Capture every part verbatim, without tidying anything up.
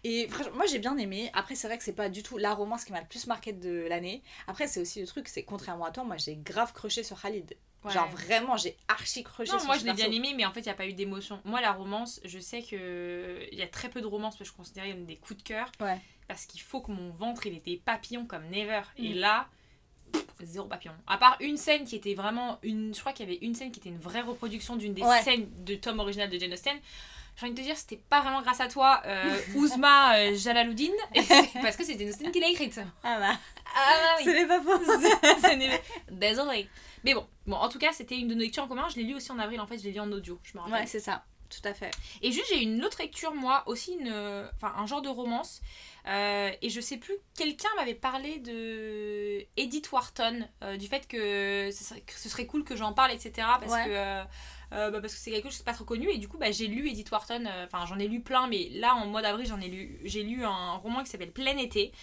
Et franchement, moi j'ai bien aimé. Après, c'est vrai que c'est pas du tout la romance qui m'a le plus marqué de l'année. Après, c'est aussi le truc, c'est contrairement à toi, moi j'ai grave crushé sur Khalid. Ouais. Genre vraiment, j'ai archi crushé Non, sur moi ce je l'ai bien perso. aimé, mais en fait, il n'y a pas eu d'émotion. Moi, la romance, je sais que il y a très peu de romances que je considère comme des coups de cœur. Ouais. Parce qu'il faut que mon ventre, il était papillon comme never. Mm. Et là, pff, zéro papillon. À part une scène qui était vraiment une. Je crois qu'il y avait une scène qui était une vraie reproduction d'une des Ouais. scènes de tome original de Jane Austen. J'ai envie de te dire, c'était pas vraiment grâce à toi, euh, Ouzma euh, Jalaluddin, et c'est parce que c'est Jane Austen qui l'a écrite. Ah bah, Ah bah oui. ce n'est pas faux. Ce n'est- Désolée. Mais bon, bon, en tout cas, c'était une de nos lectures en commun. Je l'ai lu aussi en avril, en fait, je l'ai lu en audio, je me rappelle. Ouais, c'est ça, tout à fait. Et juste, j'ai eu une autre lecture, moi, aussi, une, enfin, un genre de romance. Euh, et je sais plus, quelqu'un m'avait parlé de Edith Wharton, euh, du fait que ce, serait, que ce serait cool que j'en parle, et cetera. Parce Ouais. que. Euh, euh, bah parce que c'est quelque chose qui n'est pas trop connu et du coup bah, j'ai lu Edith Wharton, enfin euh, j'en ai lu plein mais là en mois d'avril j'en ai lu, j'ai lu un roman qui s'appelle Plein été.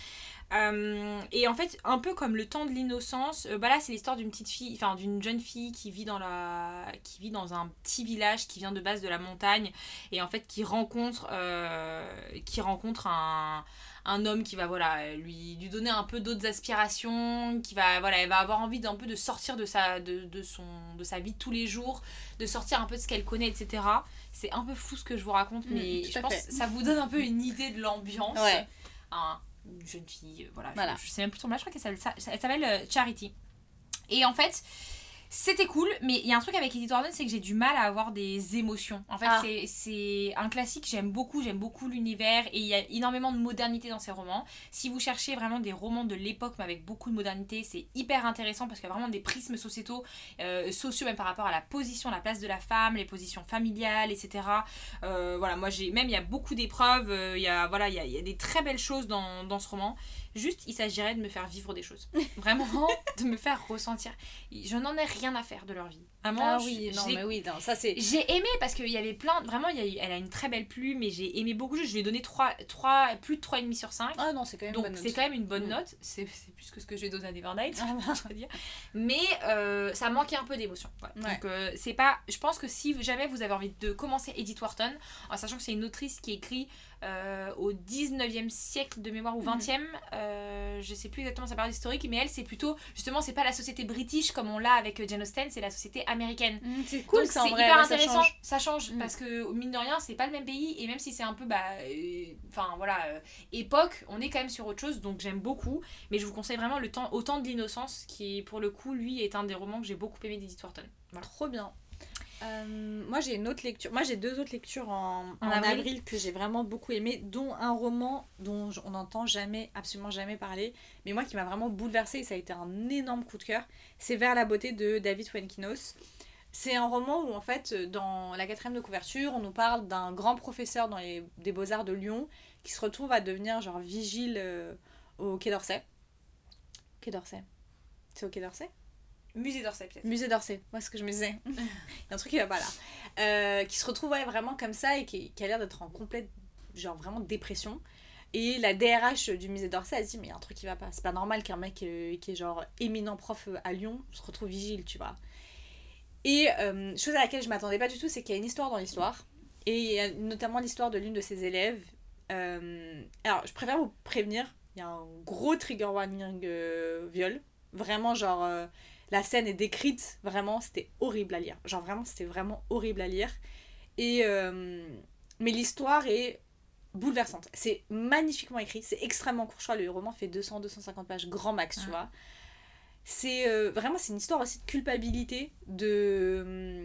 Euh, et en fait, un peu comme Le temps de l'innocence, euh, bah là c'est l'histoire d'une petite fille, enfin d'une jeune fille qui vit dans la, qui vit dans un petit village qui vient de base de la montagne et en fait qui rencontre, euh, qui rencontre un, un homme qui va voilà lui, lui donner un peu d'autres aspirations, qui va voilà, elle va avoir envie d'un peu de sortir de sa, de, de son, de sa vie de tous les jours, de sortir un peu de ce qu'elle connaît, et cetera. C'est un peu fou ce que je vous raconte, mais Mmh, tout je à pense fait. que ça vous donne un peu une idée de l'ambiance. Ouais. Un- une jeune fille, euh, voilà, Voilà. Je, je sais même plus son âge, je crois qu'elle s'appelle, elle s'appelle euh, Charity. Et en fait, c'était cool, mais il y a un truc avec Edith Wharton, c'est que j'ai du mal à avoir des émotions. En fait, Ah. c'est, c'est un classique, j'aime beaucoup, j'aime beaucoup l'univers, et il y a énormément de modernité dans ces romans. Si vous cherchez vraiment des romans de l'époque, mais avec beaucoup de modernité, c'est hyper intéressant, parce qu'il y a vraiment des prismes sociétaux, euh, sociaux, même par rapport à la position, la place de la femme, les positions familiales, et cetera. Euh, voilà, moi, j'ai, même, il y a beaucoup d'épreuves, euh, il y a, voilà, il y a, il y a des très belles choses dans, dans ce roman. Juste, il s'agirait de me faire vivre des choses. Vraiment, de me faire ressentir. Je n'en ai rien à faire de leur vie. Vraiment, Ah je- oui, je non l'ai- mais oui, non, ça c'est... j'ai aimé parce qu'il y avait plein... Vraiment, il y a eu- elle a une très belle plume et j'ai aimé beaucoup. Je lui ai donné trois, trois, plus de trois virgule cinq sur cinq. Ah non, c'est quand même Donc bonne note. c'est quand même une bonne Mm. note. C'est, c'est plus que ce que je vais donner à Never Night, Ah bah. je dois dire. Mais euh, ça manquait un peu d'émotion. Voilà. Ouais. Donc euh, c'est pas... Je pense que si jamais vous avez envie de commencer Edith Wharton, en sachant que c'est une autrice qui écrit euh, au dix-neuvième siècle de mémoire ou vingtième, euh, je sais plus exactement sa période historique, mais elle c'est plutôt... Justement, c'est pas la société british comme on l'a avec Jane Austen, c'est la société américaine. Mm, c'est cool, Donc ça en c'est vrai, hyper ouais, ça intéressant, change. ça change, Mm. parce que mine de rien c'est pas le même pays et même si c'est un peu bah euh, enfin voilà euh, époque, on est quand même sur autre chose donc j'aime beaucoup, mais je vous conseille vraiment le temps, Au temps de l'innocence qui pour le coup lui est un des romans que j'ai beaucoup aimé d'Edith Wharton. Voilà. Trop bien. Euh, moi j'ai une autre lecture, moi j'ai deux autres lectures en, en, En avril. avril. que j'ai vraiment beaucoup aimé, dont un roman dont j- on n'entend jamais, absolument jamais parler, mais moi qui m'a vraiment bouleversée et ça a été un énorme coup de cœur, c'est Vers la beauté de David Fuenkinos. C'est un roman où en fait dans la quatrième de couverture on nous parle d'un grand professeur dans les, des beaux-arts de Lyon qui se retrouve à devenir genre vigile euh, au Quai d'Orsay. Quai d'Orsay. C'est au Quai d'Orsay ? Musée d'Orsay peut-être. Musée d'Orsay, moi ce que je me disais. Il y a un truc qui va pas là. Euh, qui se retrouve ouais, vraiment comme ça et qui, qui a l'air d'être en complète, genre vraiment dépression. Et la D R H du musée d'Orsay, elle se dit, mais il y a un truc qui va pas. C'est pas normal qu'un mec euh, qui est genre éminent prof à Lyon se retrouve vigile, tu vois. Et euh, chose à laquelle je m'attendais pas du tout, c'est qu'il y a une histoire dans l'histoire. Et il y a notamment l'histoire de l'une de ses élèves. Euh, alors, je préfère vous prévenir, il y a un gros trigger warning euh, viol. Vraiment, genre... Euh, la scène est décrite, vraiment, c'était horrible à lire. Genre vraiment, c'était vraiment horrible à lire. Et, euh, mais l'histoire est bouleversante. C'est magnifiquement écrit, c'est extrêmement court. Je crois le roman fait deux cents à deux cent cinquante pages, grand max, tu Ouais. vois. C'est euh, vraiment, c'est une histoire aussi de culpabilité, de,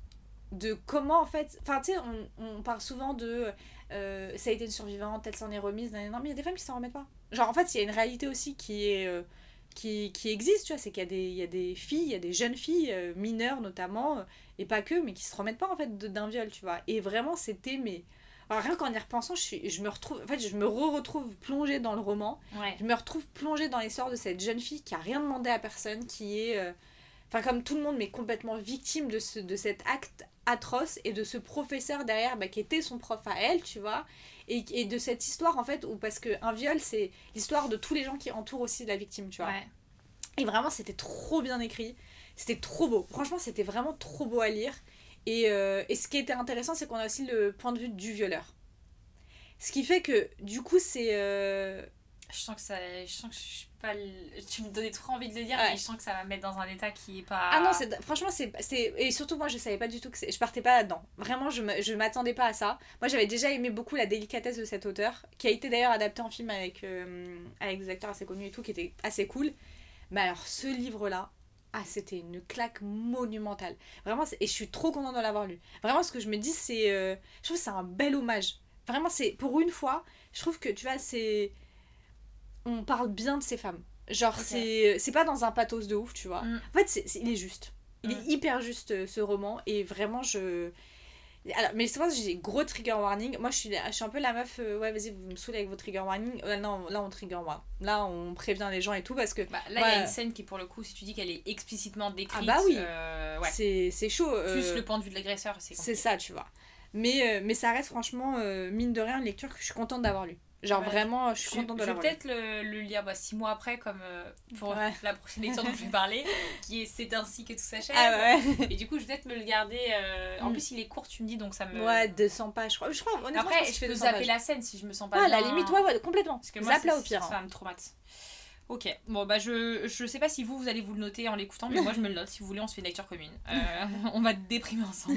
de comment en fait... Enfin, tu sais, on, on parle souvent de... Euh, ça a été une survivante, elle s'en est remise. Non, non, mais il y a des femmes qui s'en remettent pas. Genre, en fait, il y a une réalité aussi qui est... Euh, Qui, qui existe, tu vois, c'est qu'il y a des, il y a des filles, il y a des jeunes filles, euh, mineures notamment, euh, et pas que, mais qui se remettent pas en fait de- d'un viol, tu vois. Et vraiment, c'était, mais... Alors, rien qu'en y repensant, je, suis, je me retrouve, en fait, je me re-retrouve plongée dans le roman, Ouais. je me retrouve plongée dans l'histoire de cette jeune fille qui a rien demandé à personne, qui est, euh, enfin comme tout le monde, mais complètement victime de, ce, de cet acte atroce, et de ce professeur derrière, bah, qui était son prof à elle, tu vois. Et, et de cette histoire en fait où parce qu'un viol c'est l'histoire de tous les gens qui entourent aussi la victime, tu vois. Ouais. Et vraiment c'était trop bien écrit, c'était trop beau, franchement c'était vraiment trop beau à lire. Et, euh, et ce qui était intéressant c'est qu'on a aussi le point de vue du violeur. Ce qui fait que, du coup, c'est... Euh... Je sens que ça... Je sens que je suis pas... le- Tu me donnais trop envie de le dire, Ouais. mais je sens que ça va me mettre dans un état qui est pas... Ah non, c'est, franchement, c'est, c'est... Et surtout, moi, je savais pas du tout que c'est... Je partais pas là-dedans. Vraiment, je, me, je m'attendais pas à ça. Moi, j'avais déjà aimé beaucoup la délicatesse de cet auteur, qui a été d'ailleurs adapté en film avec, euh, avec des acteurs assez connus et tout, qui était assez cool. Mais alors, ce livre-là, ah, c'était une claque monumentale. Vraiment, c'est... et je suis trop contente de l'avoir lu. Vraiment, ce que je me dis, c'est... euh, Je trouve que c'est un bel hommage. Vraiment, c'est... Pour une fois, je trouve que, tu vois, c'est... On parle bien de ces femmes. Genre, Ok. c'est... c'est pas dans un pathos de ouf, tu vois. Mm. En fait, c'est... c'est- il est juste. Il Mm. est hyper juste, euh, ce roman. Et vraiment, je... Alors, mais c'est vrai que j'ai gros trigger warning. Moi, je suis, je suis un peu la meuf... euh, ouais, vas-y, vous me saoulez avec vos trigger warning. Euh, non, là, on trigger warn. Là, on prévient les gens et tout, parce que... Bah, là, il y Ouais. a une scène qui, pour le coup, si tu dis qu'elle est explicitement décrite... Ah bah oui. euh, ouais. c'est, c'est chaud. Plus euh, le point de vue de l'agresseur, c'est C'est compliqué. ça, tu vois. Mais, euh, mais ça reste franchement, euh, mine de rien, une lecture que je suis contente d'avoir lue. Genre Ouais, vraiment, je suis Je, contente de je vais l'avoir lue. peut-être le, le lire bah, six mois après, comme euh, pour Ouais. la prochaine lecture dont je vais parler, qui est C'est ainsi que tout s'achève. Ah ouais. Et du coup, je vais peut-être me le garder. euh, En Mm. plus, il est court, tu me dis, donc ça me. Ouais, deux cents pages, je crois. Je crois honnêtement, je Après, pense que je fais peux deux cents zapper pages. la scène si je me sens pas Ouais, à bien. la limite, ouais, ouais, complètement. Parce que moi, Zap là c'est- au pire. ça hein. va me traumate. Ok, bon bah je, je sais pas si vous, vous allez vous le noter en l'écoutant, mais moi je me le note. Si vous voulez, on se fait une lecture commune. Euh, on va déprimer ensemble.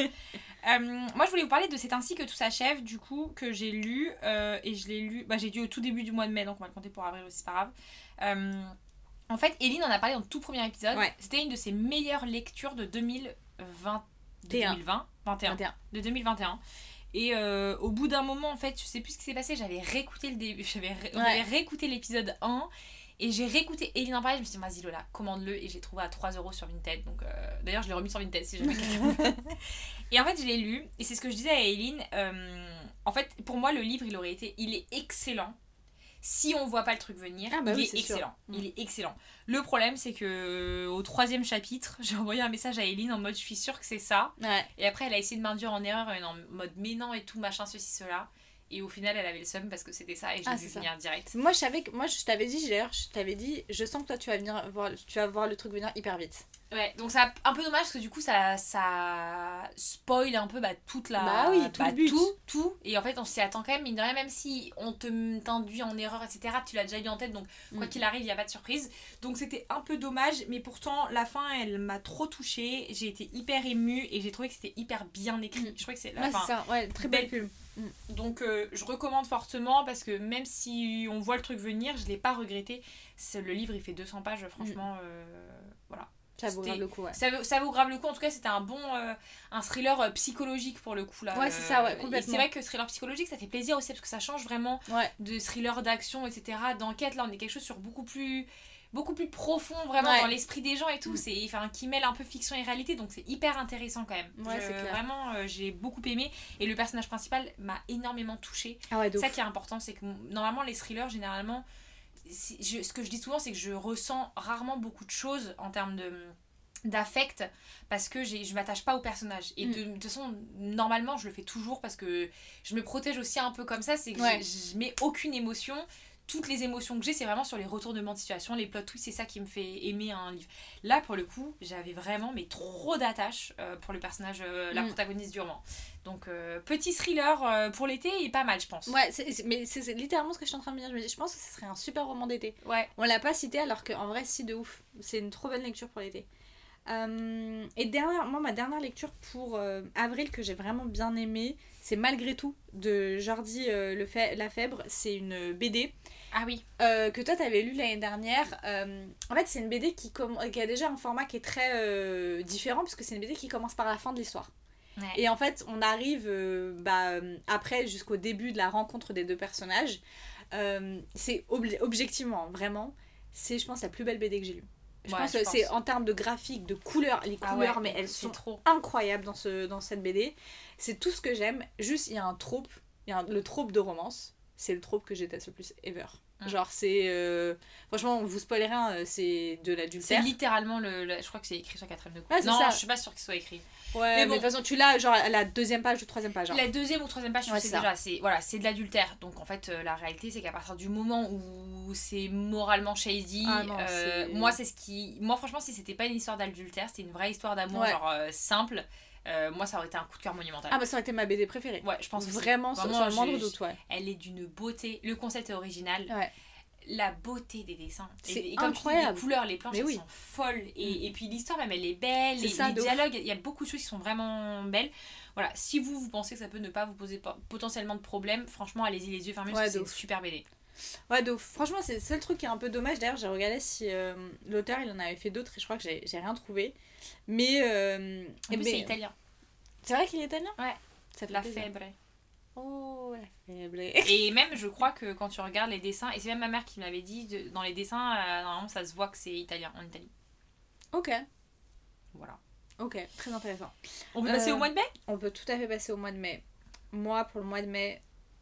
Euh, moi je voulais vous parler de C'est ainsi que tout s'achève, du coup, que j'ai lu. euh, et je l'ai lu, bah j'ai lu au tout début du mois de mai, donc on va le compter pour avril aussi, c'est pas grave. Euh, en fait, Eline en a parlé dans le tout premier épisode. Ouais. C'était une de ses meilleures lectures de deux mille vingt. De Et un. deux mille vingt vingt et un. vingt et un. De deux mille vingt et un. Et euh, au bout d'un moment, en fait, je sais plus ce qui s'est passé, j'avais réécouté le début, j'avais ré- on Ouais. avait réécouté l'épisode un et j'ai réécouté Eline en parler, je me suis dit vas-y Lola, commande-le et j'ai trouvé à trois euros sur Vinted. Donc euh, d'ailleurs, je l'ai remis sur Vinted si jamais quelqu'un veut. Et en fait, je l'ai lu et c'est ce que je disais à Eline, euh, en fait, pour moi le livre, il aurait été il est excellent. Si on voit pas le truc venir, Ah bah il oui, est c'est sûr. excellent. Mm. Il est excellent. Le problème, c'est que euh, au troisième chapitre, j'ai envoyé un message à Eline en mode je suis sûre que c'est ça. Ouais. Et après, elle a essayé de m'induire en erreur en mode mais non et tout, machin, ceci, cela. Et au final, elle avait le seum parce que c'était ça et je Ah, l'ai vu c'est ça. venir direct. Moi, je savais que. Moi, je t'avais dit, d'ailleurs, je t'avais dit, je sens que toi, tu vas venir voir, tu vas voir le truc venir hyper vite. Ouais, donc c'est un peu dommage parce que du coup, ça, ça spoil un peu bah, toute la. Bah oui, tout le but. Tout, tout. Et en fait, on s'y attend quand même, mine de rien, même si on te t'induit en erreur, et cetera. Tu l'as déjà eu en tête, donc quoi Mm. qu'il arrive, il n'y a pas de surprise. Donc c'était un peu dommage, mais pourtant, la fin, elle m'a trop touchée. J'ai été hyper émue et j'ai trouvé que c'était hyper bien écrit. Mm. Je crois que c'est la Ouais, fin. c'est ça. Ouais, très belle belle- plume. Donc euh, je recommande fortement parce que même si on voit le truc venir, je l'ai pas regretté. C'est, le livre il fait deux cents pages, franchement, euh, voilà. Ça vaut C'était- grave le coup, ouais. Ça, vaut- ça vaut grave le coup, en tout cas c'était un bon euh, un thriller euh, psychologique pour le coup là. Ouais, c'est ça, ouais, Et complètement. c'est vrai que thriller psychologique ça fait plaisir aussi parce que ça change vraiment Ouais. de thriller d'action, et cetera. D'enquête, là on est quelque chose sur beaucoup plus beaucoup plus profond vraiment Ouais. dans l'esprit des gens et tout, Mm. c'est enfin qui mêle un peu fiction et réalité, donc c'est hyper intéressant quand même. Ouais, Je- c'est clair. Vraiment euh, j'ai beaucoup aimé et le personnage principal m'a énormément touchée. Ah ouais, de Ça ouf. qui est important, c'est que normalement les thrillers généralement si- je- ce que je dis souvent c'est que je ressens rarement beaucoup de choses en termes de d'affect parce que j'ai, je m'attache pas au personnage et Mm. de, de toute façon normalement je le fais toujours parce que je me protège aussi un peu comme ça, c'est que Ouais. je, je mets aucune émotion. Toutes les émotions que j'ai, c'est vraiment sur les retournements de situation, les plot twists, c'est ça qui me fait aimer un livre. Là, pour le coup, j'avais vraiment mais trop d'attache euh, pour le personnage, euh, la Mm. protagoniste du roman. Donc, euh, petit thriller euh, pour l'été et pas mal, je pense. Ouais, c'est, c'est- mais c'est, c'est littéralement ce que je suis en train de me dire. Je me dis, je pense que ce serait un super roman d'été. Ouais. On l'a pas cité alors qu'en vrai, si, de ouf. C'est une trop bonne lecture pour l'été. Euh, et dernière, moi, ma dernière lecture pour euh, avril que j'ai vraiment bien aimée, c'est Malgré tout de Jordi euh, Lefe- Lafèbre. C'est une B D Ah oui. euh, que toi t'avais lu l'année dernière. Euh, en fait, c'est une B D qui, com- qui a déjà un format qui est très euh, différent puisque c'est une B D qui commence par la fin de l'histoire. Ouais. Et en fait, on arrive euh, bah, euh, après jusqu'au début de la rencontre des deux personnages. Euh, c'est ob- objectivement, vraiment, c'est je pense la plus belle B D que j'ai lue. Je Ouais, pense je que pense. c'est en termes de graphique, de couleurs, les Ah couleurs, ouais, mais elles c'est sont trop. incroyables dans, ce, dans cette B D. C'est tout ce que j'aime. Juste, il y a un trope, il y a un- le trope de romance. C'est le trope que je déteste le plus ever. Mm. Genre, c'est. euh, Franchement, vous spoilerez rien, euh, c'est de C'est l'adultère. littéralement le, le- je crois que c'est écrit sur quatrième de coupe. Ouais, c'est non, ça. je suis pas sûre qu'il soit écrit. Ouais, mais Mais bon. de toute façon, tu l'as genre à la deuxième page ou troisième page. hein. La deuxième ou troisième page, tu Ouais, sais c'est ça. déjà, c'est voilà, c'est de l'adultère. Donc en fait, euh, la réalité, c'est qu'à partir du moment où c'est moralement shady, Ah non, euh, c'est- moi c'est ce qui, moi franchement, si c'était pas une histoire d'adultère, c'était une vraie histoire d'amour Ouais. genre euh, simple. euh, moi ça aurait été un coup de cœur monumental. Ah bah ça aurait été ma B D préférée. Ouais, je pense aussi. Vraiment, Vraiment, sans le moindre je- doute, ouais. Elle est d'une beauté, le concept est original. Ouais. La beauté des dessins. C'est et, et comme incroyable. tu dis, les couleurs, les planches, Mais elles oui. sont folles. Et, Mm. et puis l'histoire même, elle est belle. C'est Les, ça, les de ouf. dialogues, il y a beaucoup de choses qui sont vraiment belles. Voilà, si vous, vous pensez que ça peut ne pas vous poser po- potentiellement de problème, franchement, allez-y les yeux fermés Ouais, parce que de c'est ouf. super B D. Ouais, de ouf. Franchement, c'est le seul truc qui est un peu dommage. D'ailleurs, j'ai regardé si euh, l'auteur il en avait fait d'autres et je crois que j'ai j'ai rien trouvé. Mais. Euh, En plus, mais- c'est italien. C'est vrai qu'il est italien. Ouais. Ça fait La plaisir. fèbre. Oh, la faible. Et même, je crois que quand tu regardes les dessins, et c'est même ma mère qui me l'avait dit, de- dans les dessins, euh, normalement, ça se voit que c'est italien, en Italie. Ok, Voilà. ok, très intéressant. On peut passer Euh, au mois de mai. On peut tout à fait passer au mois de mai. Moi, pour le mois de mai,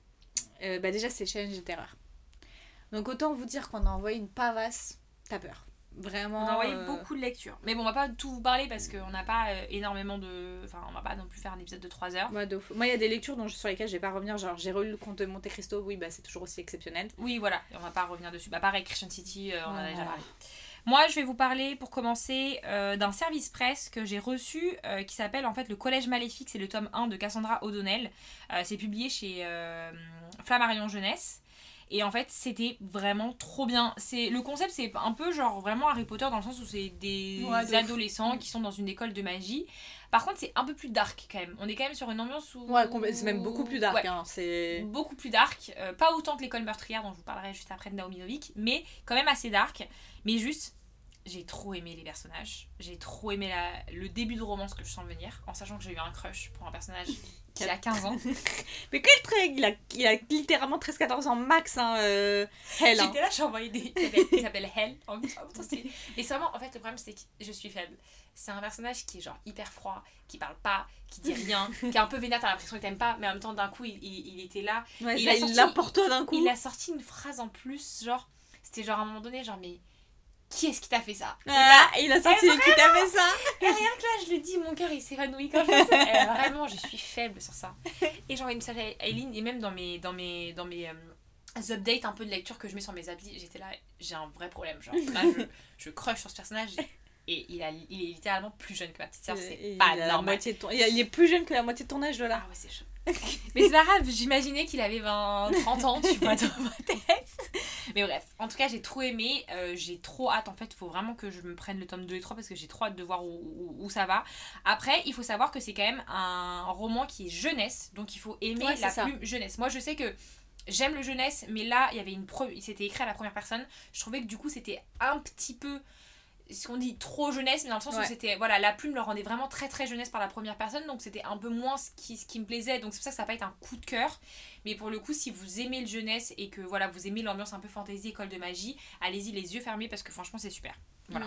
euh, bah déjà, c'est Challenge des terreurs. Donc, autant vous dire qu'on a envoyé une pavasse, t'as peur. Vraiment. On a envoyé euh, beaucoup de lectures. Mais bon, on va pas tout vous parler parce qu'on n'a pas euh, énormément de. Enfin, on va pas non plus faire un épisode de trois heures. Ouais, de ouf. Moi, il y a des lectures dont, je- sur lesquelles je vais pas revenir. Genre, j'ai relu le conte de Monte Cristo. Oui, bah, c'est toujours aussi exceptionnel. Oui, voilà, et on va pas revenir dessus. Bah, pareil, Christian City, euh, on en a Ouais, déjà voilà. parlé. Moi, je vais vous parler, pour commencer, euh, d'un service presse que j'ai reçu euh, qui s'appelle en fait Le Collège Maléfique. C'est le tome un de Cassandra O'Donnell. Euh, c'est publié chez euh, Flammarion Jeunesse. Et en fait, c'était vraiment trop bien. C'est, le concept, c'est un peu genre vraiment Harry Potter dans le sens où c'est des Ouais, de ouf. adolescents qui sont dans une école de magie. Par contre, c'est un peu plus dark quand même. On est quand même sur une ambiance où. Ouais, complè- c'est même beaucoup plus dark. Ouais. Hein. C'est. Beaucoup plus dark, euh, pas autant que l'école meurtrière dont je vous parlerai juste après de Naomi Novik, mais quand même assez dark. Mais juste, j'ai trop aimé les personnages, j'ai trop aimé la, le début de romance que je sens venir, en sachant que j'ai eu un crush pour un personnage qui a quinze ans. Mais quel trait il a, il a littéralement treize quatorze ans max, hein, euh, Hell. Hein. J'étais là, j'ai envoyé des. Il s'appelle- Il s'appelle Hell. En même temps, c'est- Et c'est vraiment, en fait, le problème c'est que je suis faible. C'est un personnage qui est genre hyper froid, qui parle pas, qui dit rien, qui est un peu vénère, t'as l'impression qu'il t'aime pas, mais en même temps, d'un coup, il, il, il était là. Ouais, il ça, a il sorti- l'a pour toi d'un coup. Il a sorti une phrase en plus, genre, c'était genre à un moment donné, genre, mais qui est-ce qui t'a fait ça? Ah, il a sorti Eh, qui t'a fait ça. Et rien que là, je le dis, mon cœur il s'évanouit quand je fais ça. Eh, vraiment, je suis faible sur ça. Et j'envoie une message à Aileen, et même dans mes, dans mes, dans mes euh, updates un peu de lecture que je mets sur mes applis, j'étais là, j'ai un vrai problème. Genre, là, je, je crush sur ce personnage. Et il, a, il est littéralement plus jeune que ma petite sœur, c'est Il pas a la normal. moitié de ton- il a- il est plus jeune que la moitié de ton âge, Lola. Ah ouais, c'est chaud. Mais c'est pas grave, j'imaginais qu'il avait vingt, trente ans, tu vois, dans ma tête. Mais bref, en tout cas, j'ai trop aimé. Euh, j'ai trop hâte, en fait, il faut vraiment que je me prenne le tome deux et trois parce que j'ai trop hâte de voir où, où, où ça va. Après, il faut savoir que c'est quand même un roman qui est jeunesse, donc il faut aimer Ouais, c'est la ça. plume jeunesse. Moi, je sais que j'aime le jeunesse, mais là, il y avait une pre... c'était écrit à la première personne. Je trouvais que du coup, c'était un petit peu. Ce qu'on dit trop jeunesse, mais dans le sens Ouais. où c'était voilà, la plume le rendait vraiment très très jeunesse par la première personne, donc c'était un peu moins ce qui, ce qui me plaisait, donc c'est pour ça que ça n'a pas été un coup de cœur. Mais pour le coup, si vous aimez le jeunesse et que voilà, vous aimez l'ambiance un peu fantasy, école de magie, allez-y les yeux fermés parce que franchement c'est super. Voilà. Mm.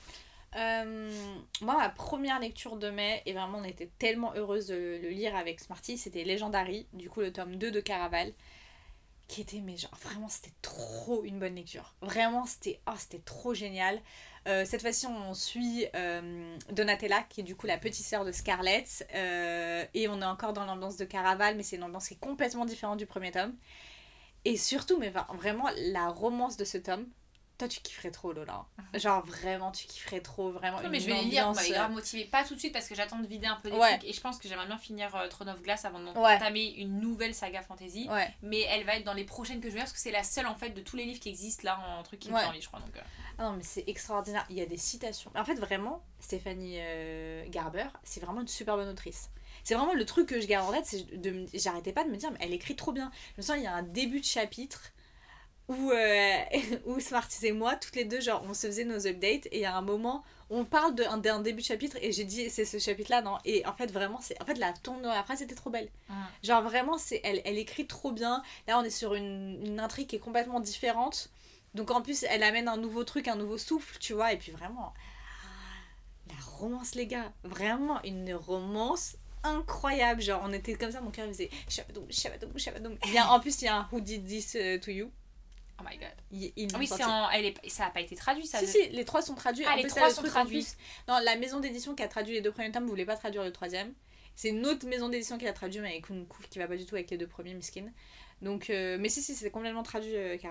Euh, moi, ma première lecture de mai, et vraiment on était tellement heureuse de le lire avec Smarty, c'était Legendary, du coup le tome deux de Caraval, qui était, mais genre vraiment c'était trop une bonne lecture. Vraiment c'était, oh, c'était trop génial. Euh, cette fois-ci on suit euh, Donatella, qui est du coup la petite sœur de Scarlett, euh, et on est encore dans l'ambiance de Caraval, mais c'est une ambiance qui est complètement différente du premier tome. Et surtout, mais enfin, vraiment la romance de ce tome, toi tu kifferais trop, Lola. Genre vraiment tu kifferais trop, vraiment. Non, mais une je vais les lire, vous ambiance, m'avez grave motivée. Pas tout de suite parce que j'attends de vider un peu des Ouais. trucs et je pense que j'aimerais bien finir euh, Throne of Glass avant Ouais. d'entamer une nouvelle saga fantasy. Ouais. Mais elle va être dans les prochaines que je vais lire parce que c'est la seule en fait de tous les livres qui existent là en truc qui me Ouais. fait envie, je crois. Donc, euh. Ah non mais c'est extraordinaire, il y a des citations. En fait vraiment, Stéphanie euh, Garber, c'est vraiment une super bonne autrice. C'est vraiment le truc que je garde en tête, c'est de me- j'arrêtais pas de me dire mais elle écrit trop bien. Je me sens il y a un début de chapitre où, euh, où Smarties et moi, toutes les deux, genre on se faisait nos updates et il y a un moment on parle d'un, d'un début de chapitre et j'ai dit c'est ce chapitre là non, et en fait vraiment c'est en fait la ton de la phrase était trop belle. Mm. Genre vraiment c'est elle, elle écrit trop bien. Là on est sur une, une intrigue qui est complètement différente. Donc en plus elle amène un nouveau truc, un nouveau souffle, tu vois, et puis vraiment la romance les gars, vraiment une romance incroyable. Genre on était comme ça, mon cœur il faisait shabadoum, shabadoum, shabadoum. Bien en plus il y a un Who Did This uh, to You. Oh my god. Ils, ils Ah l'ont oui, sorti. c'est en... elle est... ça a pas été traduit ça. Si, de- si, les trois sont traduits. Ah, En les plus, trois là, le sont truc, en traduits. plus- Non, la maison d'édition qui a traduit les deux premiers tomes voulait pas traduire le troisième. C'est une autre maison d'édition qui l'a traduit, mais avec une couve qui va pas du tout avec les deux premiers, miskin. Donc, euh, mais si, si, c'est complètement traduit, euh, Caraval.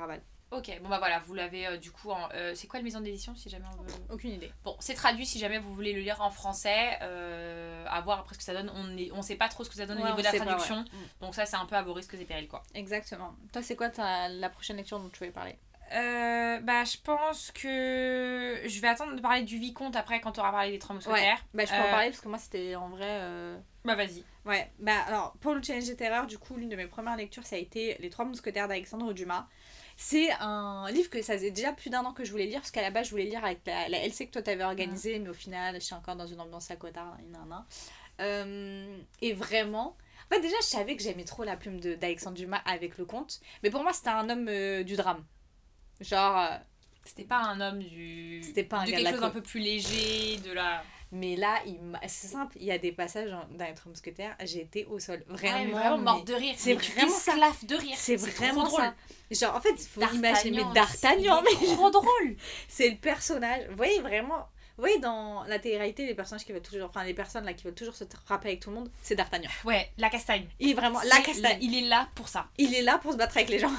Ok, bon bah voilà, vous l'avez euh, du coup en... Euh, c'est quoi le maison d'édition si jamais on veut... Aucune idée. Bon, c'est traduit si jamais vous voulez le lire en français, euh, à voir après ce que ça donne. On est, on sait pas trop ce que ça donne Ouais, au niveau on de la sait pas, traduction, ouais. donc ça c'est un peu à vos risques et périls quoi. Exactement. Toi, c'est quoi ta, la prochaine lecture dont tu voulais parler? Euh, bah je pense que je vais attendre de parler du Vicomte après quand on aura parlé des Trois Mousquetaires. Ouais, bah je peux Euh, en parler parce que moi c'était en vrai... euh, Bah vas-y. Ouais, bah alors pour le challenge des terreurs, du coup, l'une de mes premières lectures, ça a été Les Trois Mousquetaires d'Alexandre Dumas. C'est un livre que ça faisait déjà plus d'un an que je voulais lire, parce qu'à la base je voulais lire avec la, la L C que toi t'avais organisée, mmh. mais au final je suis encore dans une ambiance à cotard, nan, euh, et vraiment... En fait déjà je savais que j'aimais trop la plume de, d'Alexandre Dumas avec le conte, mais pour moi c'était un homme euh, du drame. Genre... Euh, c'était pas un homme du... C'était pas un de gars quelque de la chose d'un peu plus léger, de la... Mais là, il m'a... c'est simple, il y a des passages dans Les Trois Mousquetaires, j'ai été au sol. Vraiment, ouais, vraiment mais... morte de rire. C'est mais vraiment ça. de rire. C'est, c'est vraiment trop drôle. Ça. Genre, en fait, il faut imaginer mais D'Artagnan. Mais trop drôle. C'est le personnage. Vous voyez, vraiment... Vous voyez, dans la télé-réalité, les personnages qui veulent toujours... Enfin, les personnes là qui veulent toujours se frapper avec tout le monde, c'est D'Artagnan. Ouais, la castagne. Il est vraiment... C'est La castagne. La... Il est là pour ça. Il est là pour se battre avec les gens.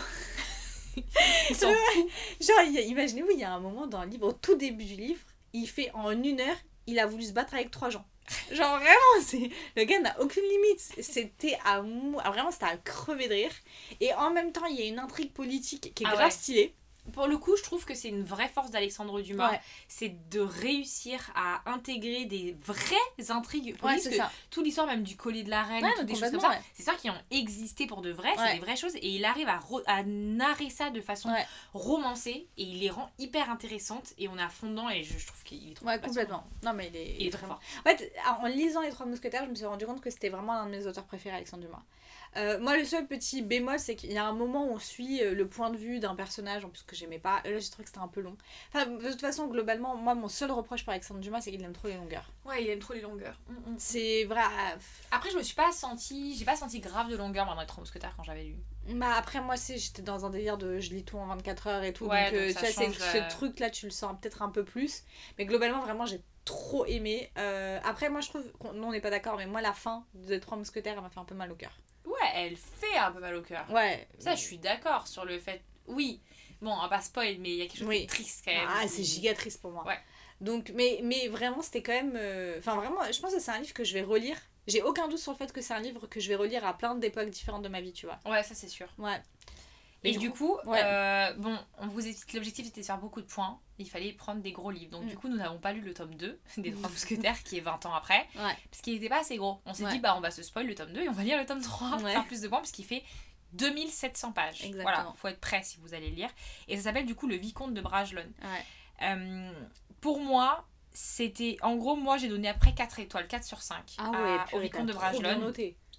Genre, il y a... imaginez-vous, il y a un moment dans le livre, au tout début du livre, il fait en une heure, il a voulu se battre avec trois gens. Genre vraiment, c'est... le gars n'a aucune limite. C'était à mou... ah, vraiment, c'était à crever de rire. Et en même temps, il y a une intrigue politique qui est ah grave ouais. stylée. Pour le coup, je trouve que c'est une vraie force d'Alexandre Dumas, ouais. c'est de réussir à intégrer des vraies intrigues politiques. Ouais, c'est ça. Toute l'histoire même du collier de la reine, ouais, toutes des choses comme ça, ouais. c'est ça qui ont existé pour de vrai, ouais. c'est des vraies choses, et il arrive à, re- à narrer ça de façon ouais. romancée, et il les rend hyper intéressantes, et on est à fond dedans, et je, je trouve qu'il est trop ouais, complètement. Non, mais il est, il est trop fort. En fait, en lisant Les Trois Mousquetaires, je me suis rendu compte que c'était vraiment l'un de mes auteurs préférés, Alexandre Dumas. Euh, moi, le seul petit bémol, c'est qu'il y a un moment où on suit le point de vue d'un personnage, en plus que j'aimais pas. Et là, j'ai trouvé que c'était un peu long. Enfin, de toute façon, globalement, moi, mon seul reproche pour Alexandre Dumas, c'est qu'il aime trop les longueurs. Ouais, il aime trop les longueurs. Mm-mm. C'est vrai. Après, je me suis pas sentie, j'ai pas senti grave de longueur dans Les Trois Mousquetaires quand j'avais lu. Bah après, moi, c'est, j'étais dans un délire de je lis tout en vingt-quatre heures et tout. Ouais, donc, euh, donc ça tu vois, change, c'est, euh... ce truc-là, tu le sens peut-être un peu plus. Mais globalement, vraiment, j'ai trop aimé. Euh, après, moi, je trouve qu'on nous, on n'est pas d'accord, mais moi, la fin des Trois Mousquetaires, elle m'a fait un peu mal au cœur. Ouais, elle fait un peu mal au cœur. Ouais. Ça, je suis d'accord sur le fait. Oui, bon, on va pas spoil, mais il y a quelque chose oui. de triste quand même. Ah, c'est giga triste pour moi. Ouais. Donc, mais, mais vraiment, c'était quand même. Enfin, euh... vraiment, je pense que c'est un livre que je vais relire. J'ai aucun doute sur le fait que c'est un livre que je vais relire à plein d'époques différentes de ma vie, tu vois. Ouais, ça, c'est sûr. Ouais. Et, et du coup, coup ouais. euh, bon, on vous explique, l'objectif c'était de faire beaucoup de points. Il fallait prendre des gros livres. Donc, mm. du coup, nous n'avons pas lu le tome deux des Trois Mousquetaires qui est vingt ans après. Ouais. Parce qu'il n'était pas assez gros. On s'est ouais. dit, bah, on va se spoil le tome deux et on va lire le tome trois pour ouais. faire plus de points parce qu'il fait deux mille sept cents pages. Exactement. Voilà, faut être prêt si vous allez le lire. Et ça s'appelle du coup Le Vicomte de Bragelonne. Ouais. Euh, pour moi, c'était. En gros, moi j'ai donné après quatre étoiles, quatre sur cinq ah ouais, à, au Vicomte de Bragelonne.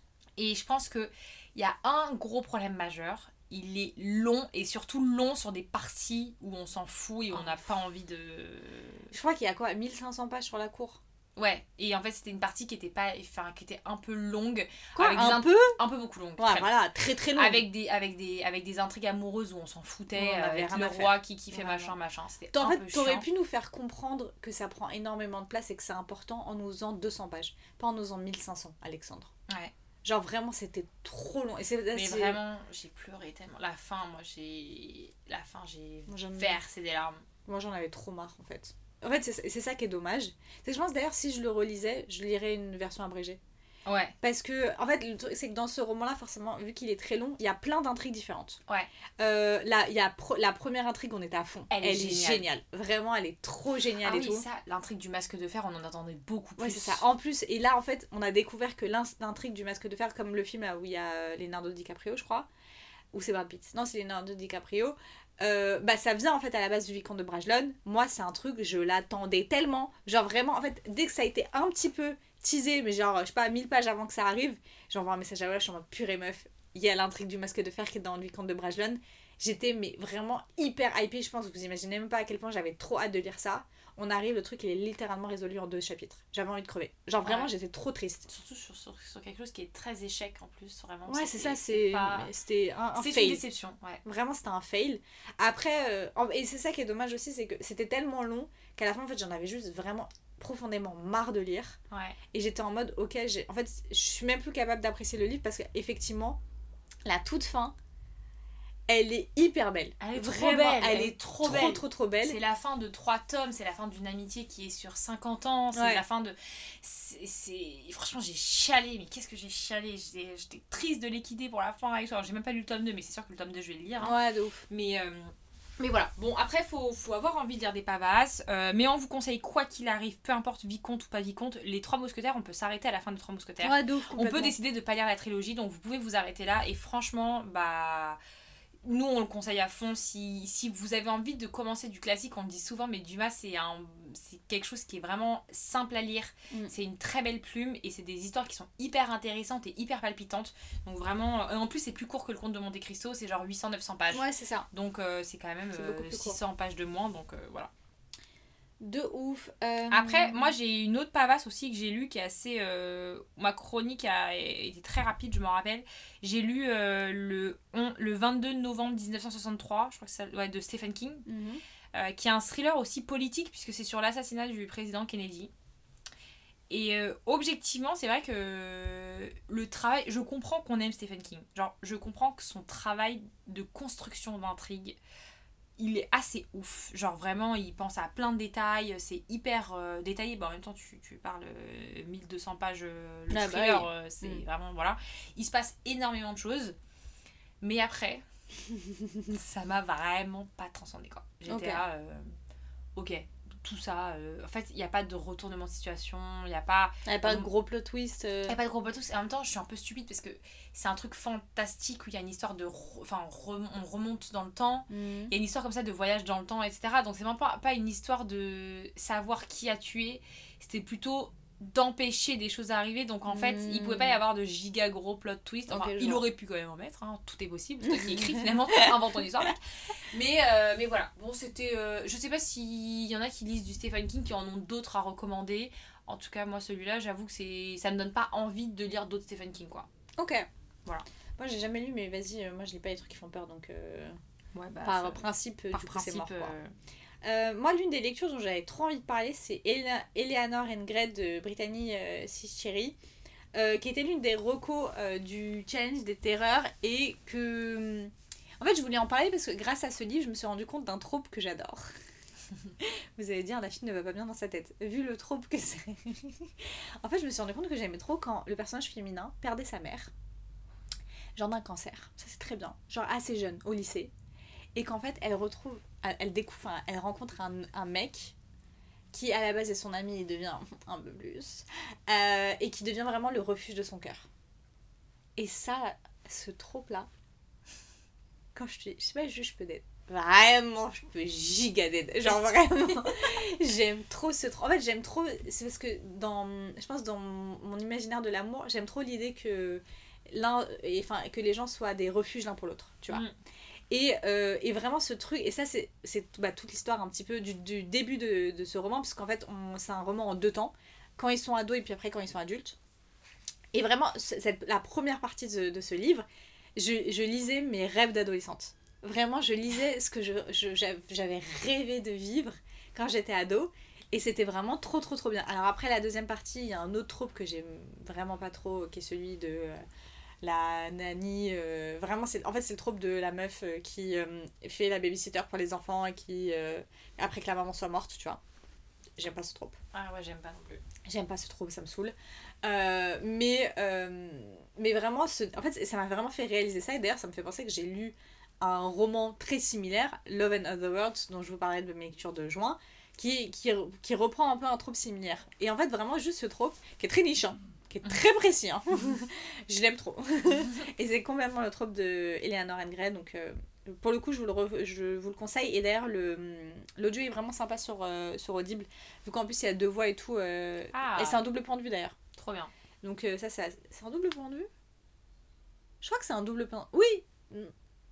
Et je pense qu'il y a un gros problème majeur. Il est long et surtout long sur des parties où on s'en fout et où oh. on n'a pas envie de. Je crois qu'il y a quoi, mille cinq cents pages sur la cour. Ouais, et en fait c'était une partie qui était pas, enfin qui était un peu longue. Quoi, avec un des peu un peu beaucoup longue. Ouais, très voilà, très très longue. Avec des avec des avec des intrigues amoureuses où on s'en foutait, on avec le roi qui qui fait machin machin. C'était en un fait, peu t'aurais chiant. pu nous faire comprendre que ça prend énormément de place et que c'est important en nous faisant deux cents pages, pas en nous faisant mille cinq cents, Alexandre. Ouais. Genre vraiment c'était trop long et c'est, mais c'est... vraiment j'ai pleuré tellement la fin moi j'ai la fin j'ai moi, versé des larmes. Moi j'en avais trop marre en fait. En fait c'est, c'est ça qui est dommage, c'est que je pense d'ailleurs si je le relisais je lirais une version abrégée. Ouais. Parce que en fait le truc c'est que dans ce roman là forcément vu qu'il est très long il y a plein d'intrigues différentes. Ouais. Euh, là il y a pro- la première intrigue on était à fond. Elle, elle est, est géniale. géniale. Vraiment elle est trop géniale ah et oui, tout. ça l'intrigue du masque de fer on en attendait beaucoup plus. Ouais c'est ça. En plus et là en fait on a découvert que l'intrigue du masque de fer comme le film là où il y a Leonardo DiCaprio je crois ou c'est Brad Pitt. Non c'est Leonardo DiCaprio. Euh, bah ça vient en fait à la base du Vicomte de Bragelonne. Moi c'est un truc je l'attendais tellement. Genre vraiment en fait dès que ça a été un petit peu teasé, mais genre, je sais pas, mille pages avant que ça arrive, j'envoie un message à Lola, je suis en mode purée meuf, il y a l'intrigue du masque de fer qui est dans le Vicomte de Bragelonne. J'étais mais vraiment hyper hypée, je pense, vous imaginez même pas à quel point j'avais trop hâte de lire ça. On arrive, le truc il est littéralement résolu en deux chapitres. J'avais envie de crever. Genre vraiment, ouais. J'étais trop triste. Surtout sur, sur, sur quelque chose qui est très échec en plus, vraiment. Ouais, c'est ça, c'est, c'est pas... c'était un, un c'est fail. une déception, ouais. Vraiment, c'était un fail. Après, euh, et c'est ça qui est dommage aussi, c'est que c'était tellement long qu'à la fin, en fait, j'en avais juste vraiment profondément marre de lire. Ouais. Et j'étais en mode, ok, j'ai... en fait, je suis même plus capable d'apprécier le livre parce qu'effectivement, la toute fin, elle est hyper belle. Elle est trop Vraiment, belle. Elle, elle est trop, trop belle. Trop, trop belle. C'est la fin de trois tomes, c'est la fin d'une amitié qui est sur cinquante ans, c'est ouais. la fin de... C'est, c'est... Franchement, j'ai chialé, mais qu'est-ce que j'ai chialé. J'étais, j'étais triste de l'équiter pour la fin. Alors, j'ai même pas lu le tome deux, mais c'est sûr que le tome deux, je vais le lire. Hein. Ouais, de ouf. Mais... Euh... Mais voilà, bon après faut, faut avoir envie de lire des pavasses, euh, mais on vous conseille quoi qu'il arrive, peu importe vicomte ou pas vicomte, les trois mousquetaires, on peut s'arrêter à la fin de trois mousquetaires. Ouais, d'ouf, on peut décider de pas lire la trilogie, donc vous pouvez vous arrêter là, et franchement, bah... Nous on le conseille à fond, si, si vous avez envie de commencer du classique, on le dit souvent, mais Dumas c'est, un, c'est quelque chose qui est vraiment simple à lire, mm. c'est une très belle plume, et c'est des histoires qui sont hyper intéressantes et hyper palpitantes, donc vraiment, en plus c'est plus court que le Comte de Monte Cristo, c'est genre huit cents neuf cents pages. Ouais, c'est ça. Donc euh, c'est quand même euh, six cents pages de moins, donc euh, voilà. De ouf. Euh... Après, moi j'ai une autre pavasse aussi que j'ai lue qui est assez... Euh, ma chronique a été très rapide, je m'en rappelle. J'ai lu euh, le, on, le vingt-deux novembre dix-neuf cent soixante-trois, je crois que c'est ouais, de Stephen King, mm-hmm. euh, qui est un thriller aussi politique puisque c'est sur l'assassinat du président Kennedy. Et euh, objectivement, c'est vrai que le travail... Je comprends qu'on aime Stephen King. Genre, je comprends que son travail de construction d'intrigue... il est assez ouf, genre vraiment il pense à plein de détails, c'est hyper euh, détaillé, bon, en même temps tu, tu parles euh, mille deux cents pages euh, le ah thriller, bah oui. euh, c'est mm. vraiment voilà, il se passe énormément de choses, mais après ça m'a vraiment pas transcendé quoi, j'étais okay. là, euh, ok, tout ça, euh, en fait il n'y a pas de retournement de situation, il n'y a pas... Il n'y a pas de gros plot twist. Il euh... n'y a pas de gros plot twist, et en même temps je suis un peu stupide parce que c'est un truc fantastique où il y a une histoire de... Enfin, on remonte dans le temps, il mmh. y a une histoire comme ça de voyage dans le temps, et cetera. Donc c'est vraiment pas, pas une histoire de savoir qui a tué, c'était plutôt d'empêcher des choses à arriver, donc en fait mmh. il pouvait pas y avoir de giga gros plot twist, enfin okay, il aurait pu quand même en mettre, hein. Tout est possible, toi qui écris finalement, invente ton histoire mec. Mais, euh, mais voilà, bon c'était, euh, je sais pas s'il y en a qui lisent du Stephen King qui en ont d'autres à recommander, en tout cas moi celui-là j'avoue que c'est, ça me donne pas envie de lire d'autres Stephen King quoi. Ok. Voilà. Moi j'ai jamais lu, mais vas-y, euh, moi je lis pas les trucs qui font peur, donc euh, ouais, bah, par ça, principe, par du coup, principe, c'est mort quoi. Euh... Euh, moi, l'une des lectures dont j'avais trop envie de parler, c'est Ele- Eleanor and Gred de Brittany euh, Sicheri, euh, qui était l'une des recos euh, du challenge des terreurs, et que... En fait, je voulais en parler parce que grâce à ce livre, je me suis rendu compte d'un trope que j'adore. Vous allez dire, la fille ne va pas bien dans sa tête. Vu le trope que c'est... En fait, je me suis rendu compte que j'aimais trop quand le personnage féminin perdait sa mère, genre d'un cancer. Ça, c'est très bien. Genre assez jeune, au lycée. Et qu'en fait, elle retrouve... Elle découvre, enfin, elle rencontre un, un mec qui, à la base, est son ami et devient un peu plus. Euh, et qui devient vraiment le refuge de son cœur. Et ça, ce trope-là, quand je te dis... Je sais pas, juste je peux d'être... Vraiment, je peux giga d'être. Genre vraiment, j'aime trop ce trope. En fait, j'aime trop... C'est parce que dans... Je pense dans mon imaginaire de l'amour, j'aime trop l'idée que... L'un, enfin, que les gens soient des refuges l'un pour l'autre, tu vois. Mm. Et, euh, et vraiment ce truc, et ça c'est, c'est bah, toute l'histoire un petit peu du, du début de, de ce roman, parce qu'en fait on, c'est un roman en deux temps, quand ils sont ados et puis après quand ils sont adultes. Et vraiment, cette, la première partie de, de ce livre, je, je lisais mes rêves d'adolescente. Vraiment, je lisais ce que je, je, j'avais rêvé de vivre quand j'étais ado, et c'était vraiment trop trop trop bien. Alors après la deuxième partie, il y a un autre trope que j'aime vraiment pas trop, qui est celui de... Euh, la nanny, euh, vraiment c'est, en fait c'est le trope de la meuf euh, qui euh, fait la babysitter pour les enfants et qui euh, après que la maman soit morte, tu vois. J'aime pas ce trope. Ah ouais, j'aime pas non plus. J'aime pas ce trope, ça me saoule. Euh, mais, euh, mais vraiment, ce, en fait ça m'a vraiment fait réaliser ça, et d'ailleurs ça me fait penser que j'ai lu un roman très similaire, Love and Other Words, dont je vous parlais de mes lectures de juin, qui, qui, qui reprend un peu un trope similaire. Et en fait vraiment juste ce trope, qui est très niche, hein, qui est très précis, hein. Je l'aime trop. Et c'est complètement le trope de Eleanor and Gray, donc euh, pour le coup je vous le, re- je vous le conseille. Et d'ailleurs le, l'audio est vraiment sympa sur, euh, sur Audible, vu qu'en plus il y a deux voix et tout, euh, ah. Et c'est un double point de vue d'ailleurs. Trop bien. Donc euh, ça c'est, c'est un double point de vue. Je crois que c'est un double point de vue. Oui,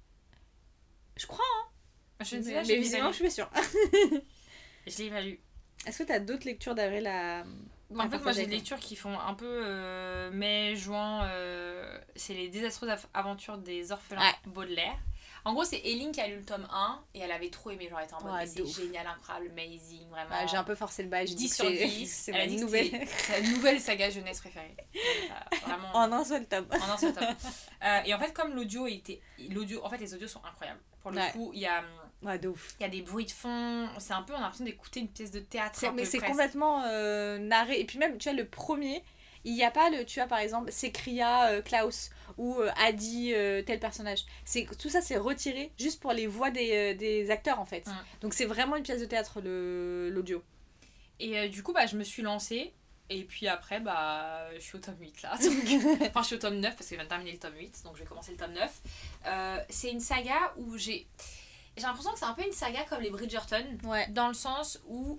je crois, hein. Je ne sais pas, mais visiblement je suis pas sûre. Je l'ai pas lu. Est-ce que tu as d'autres lectures d'Avril à... En fait, moi j'ai des lectures qui font un peu euh, mai, juin, euh, c'est les désastreuses aventures des orphelins ouais. Baudelaire. En gros, c'est Eline qui a lu le tome un et elle avait trop aimé. Genre, elle était en mode, Ouais, mais de c'est ouf. génial, incroyable, amazing, vraiment. Ouais, j'ai un peu forcé le bail, j'ai dit dix que sur c'est dix. c'est Elle a ma dit que nouvelle. c'était sa nouvelle saga jeunesse préférée. Donc, vraiment. En un seul tome. En un seul tome. Euh, et en fait, comme l'audio était. L'audio, en fait, les audios sont incroyables. Pour le Ouais. coup, il y a. Ouais, de ouf. Il y a des bruits de fond, c'est un peu, on a l'impression d'écouter une pièce de théâtre. C'est- un mais peu, c'est presque. complètement euh, narré. Et puis même, tu vois, le premier, il n'y a pas le, tu vois, par exemple, c'est Kriya, euh, Klaus, ou euh, Adi, euh, tel personnage. C'est, tout ça, c'est retiré juste pour les voix des, euh, des acteurs, en fait. Mm. Donc c'est vraiment une pièce de théâtre, le, l'audio. Et euh, du coup, bah, je me suis lancée. Et puis après, bah, je suis au tome huit là. Donc... enfin, je suis au tome neuf parce que je viens de terminer le tome huit. Donc je vais commencer le tome neuf. Euh, c'est une saga où j'ai. J'ai l'impression que c'est un peu une saga comme les Bridgerton. Ouais. Dans le sens où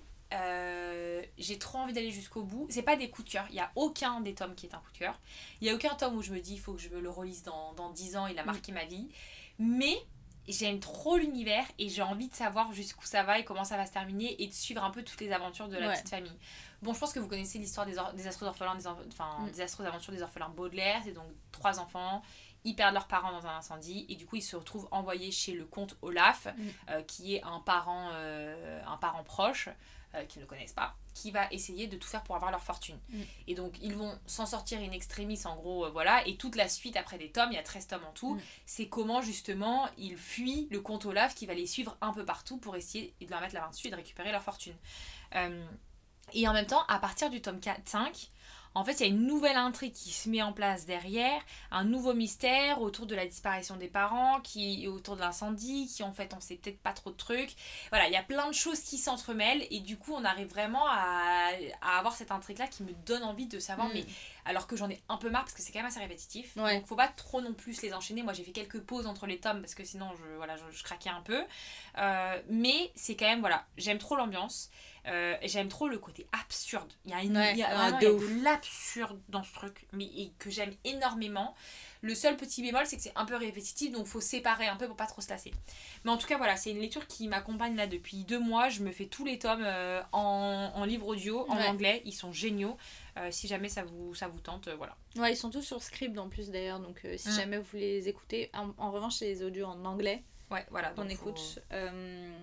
euh, j'ai trop envie d'aller jusqu'au bout. C'est pas des coups de cœur. Il n'y a aucun des tomes qui est un coup de cœur. Il n'y a aucun tome où je me dis il faut que je me le relise dans, dans dix ans. Il a marqué mm. ma vie. Mais j'aime trop l'univers et j'ai envie de savoir jusqu'où ça va et comment ça va se terminer et de suivre un peu toutes les aventures de la ouais. petite famille. Bon, je pense que vous connaissez l'histoire des, or- des affreux orphelins, des, or- enfin, mm. des affreuses aventures des orphelins Baudelaire. C'est donc trois enfants. Ils perdent leurs parents dans un incendie et du coup ils se retrouvent envoyés chez le comte Olaf, mm. euh, qui est un parent, euh, un parent proche, euh, qu'ils ne connaissent pas, qui va essayer de tout faire pour avoir leur fortune. Mm. Et donc ils vont s'en sortir in extremis en gros, euh, voilà, et toute la suite après des tomes, il y a treize tomes en tout, mm. c'est comment justement ils fuient le comte Olaf qui va les suivre un peu partout pour essayer de leur mettre la main dessus et de récupérer leur fortune. Euh, et en même temps, à partir du tome quatre cinq, en fait, il y a une nouvelle intrigue qui se met en place derrière, un nouveau mystère autour de la disparition des parents, qui autour de l'incendie, qui en fait on sait peut-être pas trop de trucs. Voilà, il y a plein de choses qui s'entremêlent et du coup on arrive vraiment à, à avoir cette intrigue-là qui me donne envie de savoir, mm. mais alors que j'en ai un peu marre parce que c'est quand même assez répétitif. Ouais. Donc faut pas trop non plus les enchaîner. Moi j'ai fait quelques pauses entre les tomes parce que sinon je, voilà, je, je craquais un peu. Euh, mais c'est quand même, voilà, j'aime trop l'ambiance. Euh, j'aime trop le côté absurde. Il y a, une, ouais, il y a, vraiment, il y a de l'absurde dans ce truc, mais et que j'aime énormément. Le seul petit bémol, c'est que c'est un peu répétitif, donc il faut séparer un peu pour pas trop se lasser. Mais en tout cas, voilà, c'est une lecture qui m'accompagne là depuis deux mois. Je me fais tous les tomes euh, en, en livre audio, en ouais. anglais. Ils sont géniaux. Euh, si jamais ça vous, ça vous tente, euh, voilà. Ouais, ils sont tous sur Scribd en plus d'ailleurs, donc euh, si mmh. jamais vous voulez les écouter, en, en revanche, c'est les audios en anglais. Ouais, voilà. On écoute. Faut... Euh...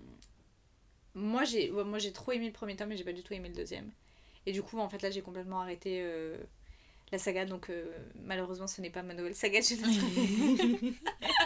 Moi j'ai, ouais, moi j'ai trop aimé le premier tome mais j'ai pas du tout aimé le deuxième. Et du coup en fait là j'ai complètement arrêté euh, la saga, donc euh, malheureusement ce n'est pas ma nouvelle saga de jeunesse.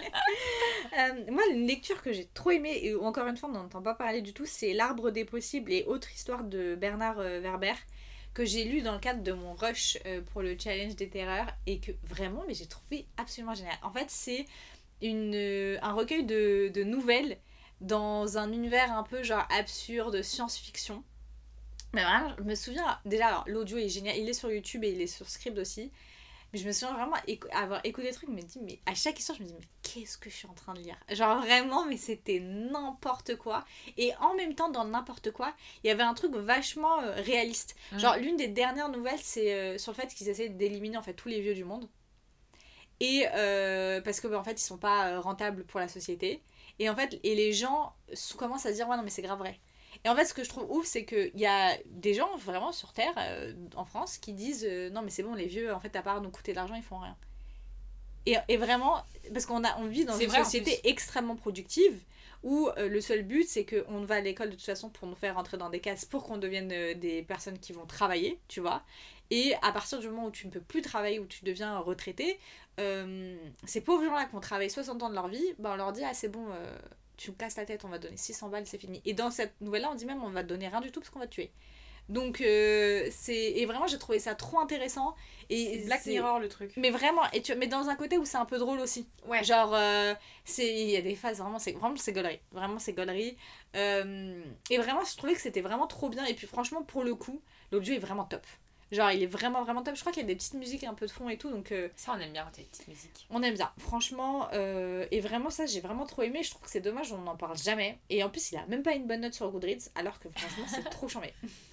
euh, moi une lecture que j'ai trop aimée, et encore une fois on n'entend pas parler du tout, c'est L'Arbre des possibles et autres histoires de Bernard euh, Werber, que j'ai lu dans le cadre de mon rush euh, pour le challenge des terreurs et que vraiment mais j'ai trouvé absolument génial. En fait c'est une, euh, un recueil de, de nouvelles dans un univers un peu genre absurde, science-fiction. Mais vraiment, je me souviens, déjà, alors, l'audio est génial, il est sur YouTube et il est sur Scribd aussi. Mais je me souviens vraiment éc- avoir écouté des trucs, je me dis, mais à chaque histoire, je me dis, mais qu'est-ce que je suis en train de lire ? Genre vraiment, mais c'était n'importe quoi. Et en même temps, dans n'importe quoi, il y avait un truc vachement euh, réaliste. Mmh. Genre, l'une des dernières nouvelles, c'est euh, sur le fait qu'ils essaient d'éliminer en fait tous les vieux du monde. Et euh, parce que bah, en fait, ils sont pas euh, rentables pour la société. Et en fait, et les gens commencent à se dire, ouais, non, mais c'est grave vrai. Et en fait, ce que je trouve ouf, c'est qu'il y a des gens vraiment sur Terre, euh, en France, qui disent, euh, non, mais c'est bon, les vieux, en fait, à part nous coûter de l'argent, ils font rien. Et, et vraiment, parce qu'on a, on vit dans c'est une vrai, société extrêmement productive, où euh, le seul but, c'est qu'on va à l'école de toute façon pour nous faire rentrer dans des cases, pour qu'on devienne euh, des personnes qui vont travailler, tu vois. Et à partir du moment où tu ne peux plus travailler, où tu deviens retraité, euh, ces pauvres gens-là qui ont travaillé soixante ans de leur vie, bah on leur dit, ah c'est bon, euh, tu me casses la tête, on va te donner six cents balles, c'est fini. Et dans cette nouvelle-là, on dit même, on va te donner rien du tout parce qu'on va te tuer. Donc, euh, c'est... Et vraiment, j'ai trouvé ça trop intéressant. Et c'est Black c'est... Mirror, le truc. Mais vraiment, et tu... mais dans un côté où c'est un peu drôle aussi. Ouais. Genre, euh, c'est... il y a des phases, vraiment, c'est, vraiment, c'est gaulerie. Vraiment, c'est gaulerie. Euh... Et vraiment, je trouvais que c'était vraiment trop bien. Et puis, franchement, pour le coup, l'audio est vraiment top. Genre, il est vraiment, vraiment top. Je crois qu'il y a des petites musiques un peu de fond et tout. Donc, euh, ça, on aime bien quand il y a des petites musiques. On aime bien. Franchement, euh, et vraiment, ça, j'ai vraiment trop aimé. Je trouve que c'est dommage, on n'en parle jamais. Et en plus, il a même pas une bonne note sur Goodreads, alors que franchement, c'est trop chambé.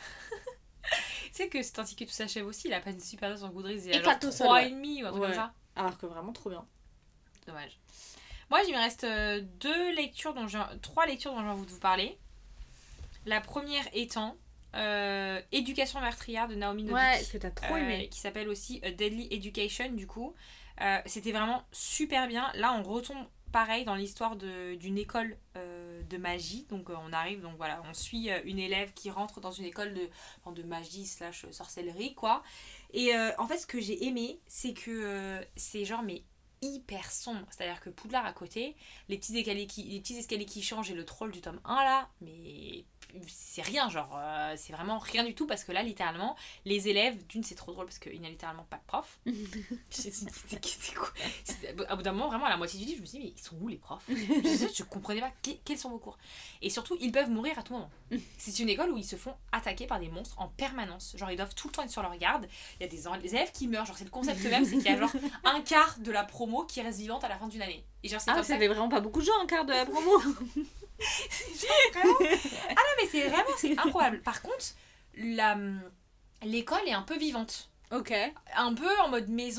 Tu sais que c'est ainsi que tout s'achève aussi, il a pas une super note sur Goodreads. Il a genre trois virgule cinq ou un truc ouais. comme ça. Alors que vraiment, trop bien. Dommage. Moi, il me reste deux lectures, dont j'ai... trois lectures dont j'ai envie de vous parler. La première étant... Euh, Éducation meurtrière de Naomi Novik, ouais, que t'as trop aimé. Euh, qui s'appelle aussi A Deadly Education du coup. Euh, c'était vraiment super bien. Là on retombe pareil dans l'histoire de, d'une école euh, de magie. Donc euh, on arrive, donc voilà, on suit euh, une élève qui rentre dans une école de, enfin, de magie slash sorcellerie, quoi. Et euh, en fait, ce que j'ai aimé, c'est que euh, c'est genre, mais hyper sombre. C'est-à-dire que Poudlard à côté, les petits escaliers qui, les petits escaliers qui changent et le troll du tome un là, mais c'est rien, genre, euh, c'est vraiment rien du tout parce que là, littéralement, les élèves, d'une, c'est trop drôle parce qu'il n'y a littéralement pas de prof. c'est, c'est, c'est quoi c'est, à bout d'un moment, vraiment, à la moitié du livre, je me suis dit, mais ils sont où les profs? je, je comprenais pas que, quels sont vos cours. Et surtout, ils peuvent mourir à tout moment. C'est une école où ils se font attaquer par des monstres en permanence. Genre, ils doivent tout le temps être sur leur garde. Il y a des, des élèves qui meurent. Genre, c'est le concept même, c'est qu'il y a genre un quart de la promo qui reste vivante à la fin d'une année. Et genre, c'est ah, comme ça ça fait vraiment pas beaucoup de gens, un quart de la promo. genre, vraiment... Ah non, mais c'est vraiment, c'est improbable. Par contre, la, l'école est un peu vivante. Ok. Un peu en mode maison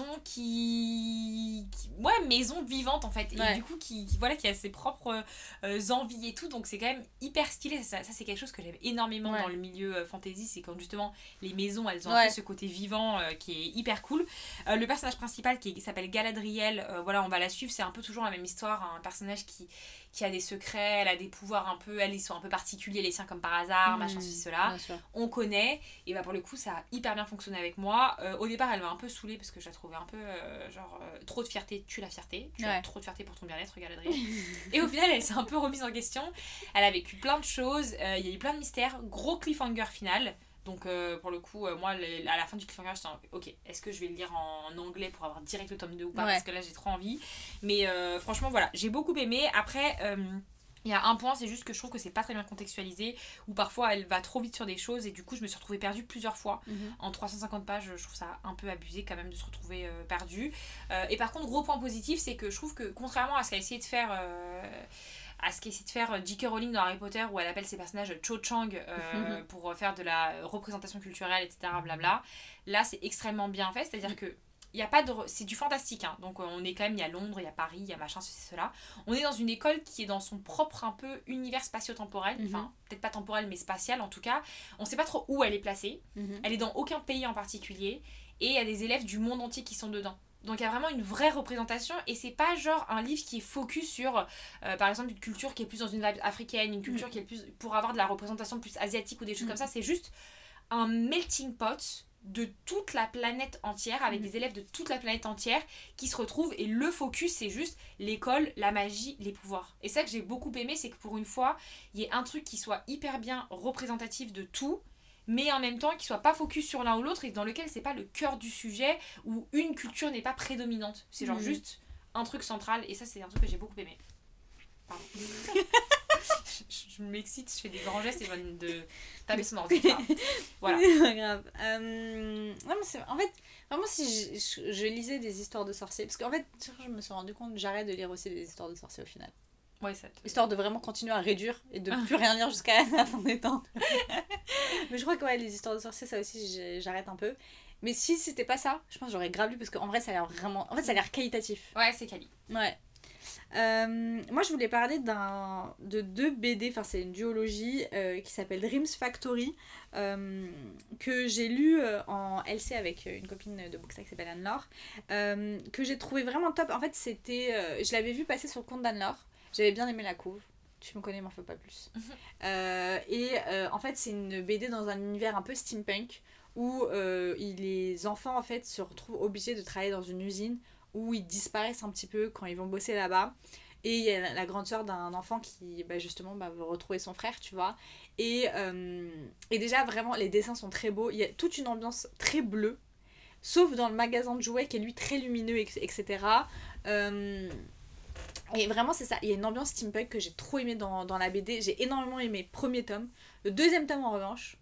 qui... qui... Ouais, maison vivante en fait. Et ouais. du coup, qui, qui, voilà, qui a ses propres euh, envies et tout. Donc c'est quand même hyper stylé. Ça, ça c'est quelque chose que j'aime énormément ouais. dans le milieu euh, fantasy. C'est quand justement les maisons, elles ont ouais. un peu ce côté vivant euh, qui est hyper cool. Euh, le personnage principal qui, qui s'appelle Galadriel, euh, voilà, on va la suivre. C'est un peu toujours la même histoire. Un personnage qui, qui a des secrets, elle a des pouvoirs un peu... Elles sont un peu particuliers, les siens comme par hasard, mmh, machin, ceci, cela. On connaît. Et bah pour le coup, ça a hyper bien fonctionné avec moi. Euh, au départ, elle m'a un peu saoulée parce que je la trouvais un peu euh, genre euh, trop de fierté, tue la fierté. Tu ouais. as trop de fierté pour ton bien-être, Galadriel. Et au final, elle s'est un peu remise en question. Elle a vécu plein de choses, il euh, y a eu plein de mystères, gros cliffhanger final. Donc euh, pour le coup, euh, moi, les, à la fin du cliffhanger, j'étais en ok, est-ce que je vais le lire en anglais pour avoir direct le tome deux ou pas ouais. Parce que là, j'ai trop envie. Mais euh, franchement, voilà, j'ai beaucoup aimé. Après... Euh, il y a un point, c'est juste que je trouve que c'est pas très bien contextualisé, ou parfois elle va trop vite sur des choses, et du coup je me suis retrouvée perdue plusieurs fois. Mm-hmm. En trois cent cinquante pages, je trouve ça un peu abusé quand même de se retrouver euh, perdue. Euh, et par contre, gros point positif, c'est que je trouve que contrairement à ce qu'a essayé de faire... Euh, à ce qu'essaie de faire J K Rowling dans Harry Potter, où elle appelle ses personnages Cho Chang euh, mm-hmm. pour faire de la représentation culturelle, et cetera. Blabla. Là, c'est extrêmement bien fait, c'est-à-dire mm-hmm. que y a pas de... c'est du fantastique, hein. Donc on est quand même, il y a Londres, il y a Paris, il y a machin, ceci, cela. On est dans une école qui est dans son propre un peu univers spatio-temporel, mm-hmm. enfin peut-être pas temporel mais spatial en tout cas. On sait pas trop où elle est placée, mm-hmm. elle est dans aucun pays en particulier, et il y a des élèves du monde entier qui sont dedans. Donc il y a vraiment une vraie représentation, et c'est pas genre un livre qui est focus sur euh, par exemple une culture qui est plus dans une vibe africaine, une culture mm-hmm. qui est plus pour avoir de la représentation plus asiatique ou des choses mm-hmm. comme ça. C'est juste un melting pot de toute la planète entière, avec mmh. des élèves de toute la planète entière qui se retrouvent, et le focus c'est juste l'école, la magie, les pouvoirs. Et ça que j'ai beaucoup aimé, c'est que pour une fois il y ait un truc qui soit hyper bien représentatif de tout, mais en même temps qui soit pas focus sur l'un ou l'autre, et dans lequel c'est pas le cœur du sujet, où une culture n'est pas prédominante, c'est genre mmh. juste un truc central. Et ça c'est un truc que j'ai beaucoup aimé. Pardon. je, je m'excite, je fais des grands gestes et je viens de taper son ordi. Voilà. C'est pas grave. Euh... Non, mais c'est... En fait, vraiment, si je, je, je lisais des histoires de sorciers, parce qu'en fait, je me suis rendu compte que j'arrête de lire aussi des histoires de sorciers au final. Ouais, ça te... Histoire de vraiment continuer à réduire et de plus rien lire jusqu'à la fin des temps. Mais je crois que ouais, les histoires de sorciers, ça aussi, j'arrête un peu. Mais si c'était pas ça, je pense que j'aurais grave lu, parce qu'en vrai, ça a l'air vraiment... En fait, ça a l'air qualitatif. Ouais, c'est quali. Ouais. Euh, moi je voulais parler d'un, de deux B D, enfin c'est une duologie euh, qui s'appelle Dreams Factory, euh, que j'ai lu euh, en L C avec une copine de Booksta qui s'appelle Anne-Laure, euh, que j'ai trouvé vraiment top. En fait c'était, euh, je l'avais vu passer sur le compte d'Anne-Laure, j'avais bien aimé la couve, tu me connais m'en fais pas plus. Mm-hmm. euh, et euh, en fait c'est une B D dans un univers un peu steampunk où euh, les enfants en fait se retrouvent obligés de travailler dans une usine où ils disparaissent un petit peu quand ils vont bosser là-bas. Et il y a la, la grande sœur d'un enfant qui, bah, justement, bah, veut retrouver son frère, tu vois. Et, euh, et déjà, vraiment, les dessins sont très beaux. Il y a toute une ambiance très bleue, sauf dans le magasin de jouets qui est, lui, très lumineux, et cetera. Euh, et vraiment, c'est ça. Il y a une ambiance steampunk que j'ai trop aimé dans, dans la B D. J'ai énormément aimé le premier tome. Le deuxième tome, en revanche,